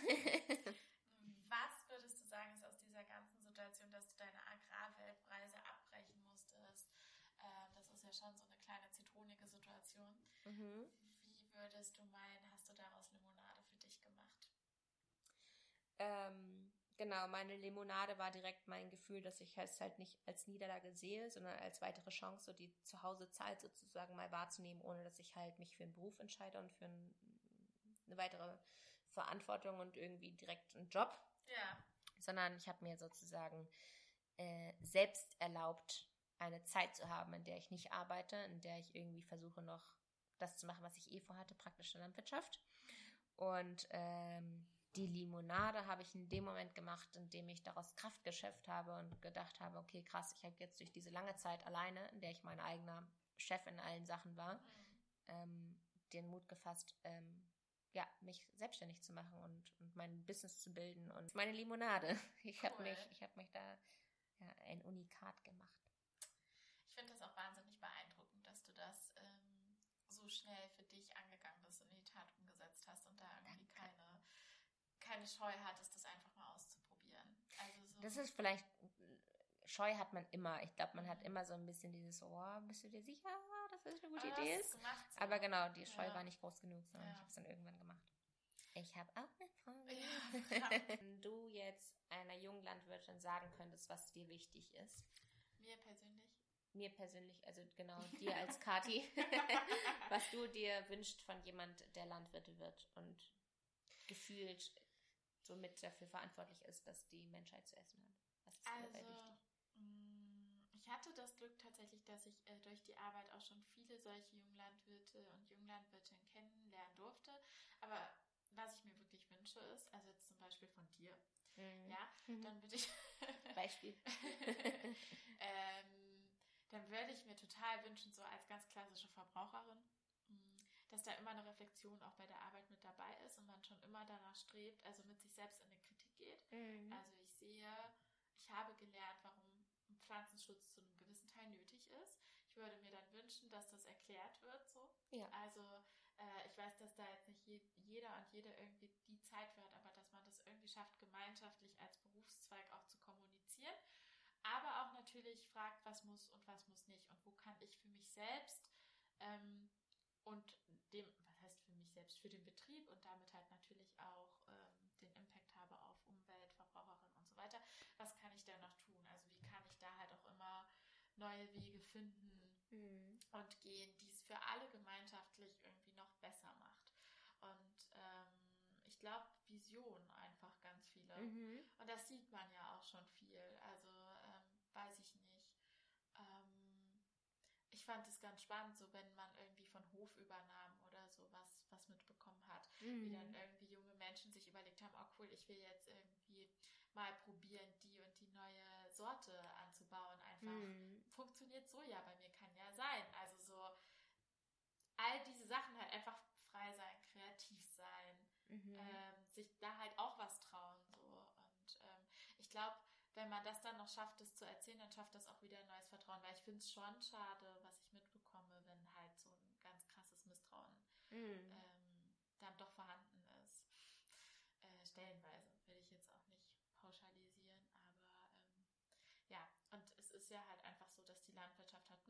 S1: Was würdest du sagen, ist aus dieser ganzen Situation, dass du deine Agrarweltreise abbrechen musstest? Äh, das ist ja schon so eine kleine zitronige Situation.
S2: Mhm.
S1: Wie würdest du meinen, hast du daraus Limonade für dich gemacht?
S2: Ähm, genau, meine Limonade war direkt mein Gefühl, dass ich es halt nicht als Niederlage sehe, sondern als weitere Chance, so die Zuhausezeit sozusagen mal wahrzunehmen, ohne dass ich halt mich für einen Beruf entscheide und für ein, eine weitere Verantwortung und irgendwie direkt einen Job.
S1: Ja.
S2: Sondern ich habe mir sozusagen äh, selbst erlaubt, eine Zeit zu haben, in der ich nicht arbeite, in der ich irgendwie versuche noch das zu machen, was ich eh vorhatte, praktische Landwirtschaft. Und ähm, die Limonade habe ich in dem Moment gemacht, in dem ich daraus Kraft geschöpft habe und gedacht habe, okay, krass, ich habe jetzt durch diese lange Zeit alleine, in der ich mein eigener Chef in allen Sachen war,
S1: Mhm.
S2: ähm, den Mut gefasst, ähm, ja, mich selbstständig zu machen und, und mein Business zu bilden und meine Limonade. Ich
S1: Cool.
S2: habe mich, ich habe mich da ja, ein Unikat gemacht.
S1: Ich finde das auch wahnsinnig beeindruckend, dass du das ähm, so schnell für dich angegangen bist und in die Tat umgesetzt hast und da irgendwie keine, keine Scheu hattest, das einfach mal auszuprobieren. Also so.
S2: Das ist vielleicht, Scheu hat man immer. Ich glaube, man hat immer so ein bisschen dieses, oh, bist du dir sicher, dass das eine gute
S1: Aber
S2: Idee
S1: du hast
S2: ist?
S1: es gemacht, so.
S2: Aber genau, die Scheu
S1: Ja.
S2: war nicht groß genug, sondern
S1: Ja.
S2: ich habe es dann irgendwann gemacht. Ich habe auch eine Frage.
S1: Ja.
S2: Wenn du jetzt einer jungen Landwirtin sagen könntest, was dir wichtig ist.
S1: Mir persönlich?
S2: Mir persönlich, also genau, dir als Kathi, was du dir wünschst von jemand, der Landwirte wird und gefühlt somit dafür verantwortlich ist, dass die Menschheit zu essen hat. Was ist dir dabei
S1: Also,
S2: wichtig?
S1: mh, ich hatte das Glück tatsächlich, dass ich äh, durch die Arbeit auch schon viele solche Junglandwirte und Junglandwirtinnen kennenlernen durfte. Aber was ich mir wirklich wünsche ist, also jetzt zum Beispiel von dir,
S2: Mhm.
S1: ja, dann würde ich
S2: Beispiel.
S1: ähm, dann würde ich mir total wünschen, so als ganz klassische Verbraucherin, mh, dass da immer eine Reflexion auch bei der Arbeit mit dabei ist und man schon immer danach strebt, also mit sich selbst in die Kritik geht.
S2: Mhm.
S1: Also ich sehe, ich habe gelernt, warum Pflanzenschutz zu einem gewissen Teil nötig ist. Ich würde mir dann wünschen, dass das erklärt wird so.
S2: Ja.
S1: Also äh, ich weiß, dass da jetzt nicht je, jeder und jede irgendwie die Zeit für hat, aber dass man das irgendwie schafft, gemeinschaftlich als Berufszweig auch zu kommunizieren. Aber auch natürlich fragt, was muss und was muss nicht und wo kann ich für mich selbst ähm, und dem, was heißt für mich selbst, für den Betrieb und damit halt natürlich auch ähm, den Impact habe auf Umwelt, Verbraucherinnen und so weiter. Was kann ich da noch tun? Also wie kann ich da halt auch immer neue Wege finden
S2: Mhm.
S1: und gehen, die es für alle gemeinschaftlich irgendwie noch besser macht. Und ähm, ich glaube, Vision einfach ganz viele.
S2: Mhm.
S1: Und das sieht man ja auch schon viel. Also ähm, weiß ich nicht. Ähm, ich fand es ganz spannend, so wenn man irgendwie von Hofübernahmen oder sowas was mitbekommen hat,
S2: Mhm.
S1: wie dann irgendwie junge Menschen sich überlegt haben, oh cool, ich will jetzt irgendwie mal probieren, die und die neue Sorte anzubauen. Einfach
S2: Mhm.
S1: funktioniert Soja bei mir, kann ja sein. Also so all diese Sachen halt einfach frei sein, kreativ sein,
S2: Mhm.
S1: ähm, sich da halt auch was trauen. So. Und ähm, ich glaube, wenn man das dann noch schafft, das zu erzählen, dann schafft das auch wieder ein neues Vertrauen. Weil ich finde es schon schade, was ich mitbekomme, wenn halt so ein ganz krasses Misstrauen
S2: Mhm.
S1: ähm, dann doch vorhanden ist. Äh, stellenweise will ich jetzt auch nicht pauschalisieren, aber ähm, ja, und es ist ja halt einfach so, dass die Landwirtschaft hat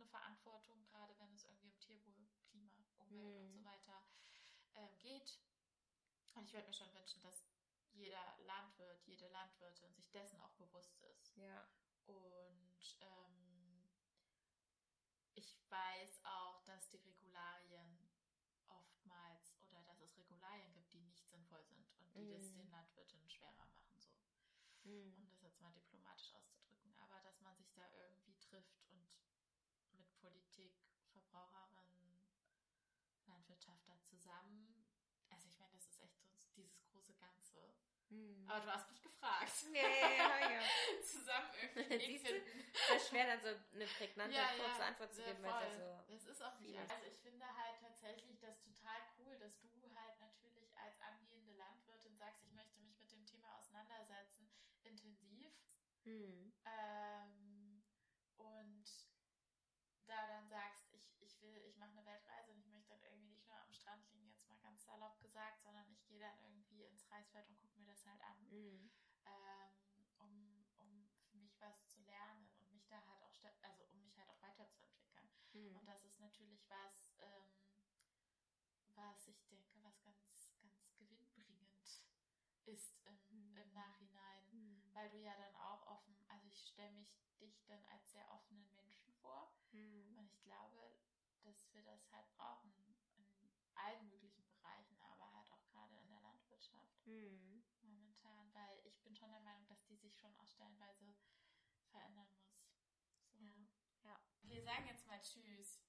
S1: eine Verantwortung, gerade wenn es irgendwie um Tierwohl, Klima, Umwelt
S2: Mhm.
S1: und so weiter ähm, geht. Und ich würde mir schon wünschen, dass jeder Landwirt, jede Landwirtin sich dessen auch bewusst ist.
S2: Ja.
S1: Und ähm, ich weiß auch, dass die Regularien oftmals oder dass es Regularien gibt, die nicht sinnvoll sind und die das
S2: Mhm.
S1: den Landwirtinnen schwerer machen, so.
S2: Mhm.
S1: Um das jetzt mal diplomatisch auszudrücken. Aber dass man sich da irgendwie trifft und mit Politik, Verbraucherinnen, Landwirtschaft da zusammen. Also ich meine, das ist echt so dieses große Ganze.
S2: Mhm.
S1: Aber du hast mich gefragt.
S2: Ja, ja, ja, ja.
S1: Zusammen irgendwie einen Weg
S2: Siehst du?
S1: finden.
S2: Es ist schwer, dann so eine prägnante,
S1: Ja,
S2: kurze
S1: ja,
S2: Antwort zu
S1: sehr
S2: geben, weil es
S1: voll.
S2: ja so...
S1: Das ist auch nicht
S2: vieles.
S1: Also ich finde halt tatsächlich das total cool, dass du halt natürlich als angehende Landwirtin sagst, ich möchte mich mit dem Thema auseinandersetzen, intensiv.
S2: Mhm.
S1: Ähm, und da dann sagst, ich, ich will, ich mache eine Weltreise und ich möchte dann irgendwie nicht nur am Strand liegen, jetzt mal ganz salopp gesagt, sondern ich gehe dann irgendwie ins Reisfeld und gucke mir das halt an,
S2: Mhm.
S1: ähm, um, um für mich was zu lernen und mich da halt auch, also um mich halt auch weiterzuentwickeln.
S2: Mhm.
S1: Und das ist natürlich was, ähm, was ich denke, was ganz, ganz gewinnbringend ist im,
S2: Mhm.
S1: im Nachhinein,
S2: Mhm.
S1: weil du ja dann auch offen, also ich stelle mich dich dann als sehr offenen Menschen vor
S2: Mhm.
S1: und ich glaube, dass wir das halt brauchen in allen möglichen Bereichen, aber halt auch gerade in der Landwirtschaft
S2: Mhm.
S1: momentan, weil ich bin schon der Meinung, dass die sich schon auch stellenweise verändern muss. So.
S2: Ja. Ja.
S1: Wir sagen jetzt mal Tschüss.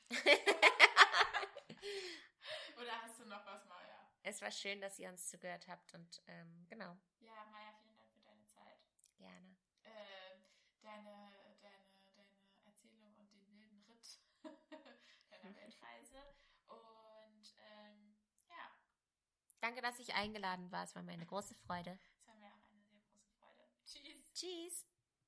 S1: Oder hast du noch was, Maja?
S2: Es war schön, dass ihr uns zugehört habt und ähm, genau.
S1: Ja, Maja, vielen Dank für deine Zeit.
S2: Gerne.
S1: Äh, deine, deine, deine Erzählung und den wilden Ritt deiner Weltreise. Und ähm, ja.
S2: Danke, dass ich eingeladen war. Es war mir eine große Freude.
S1: Es war mir auch eine sehr große Freude. Tschüss.
S2: Tschüss.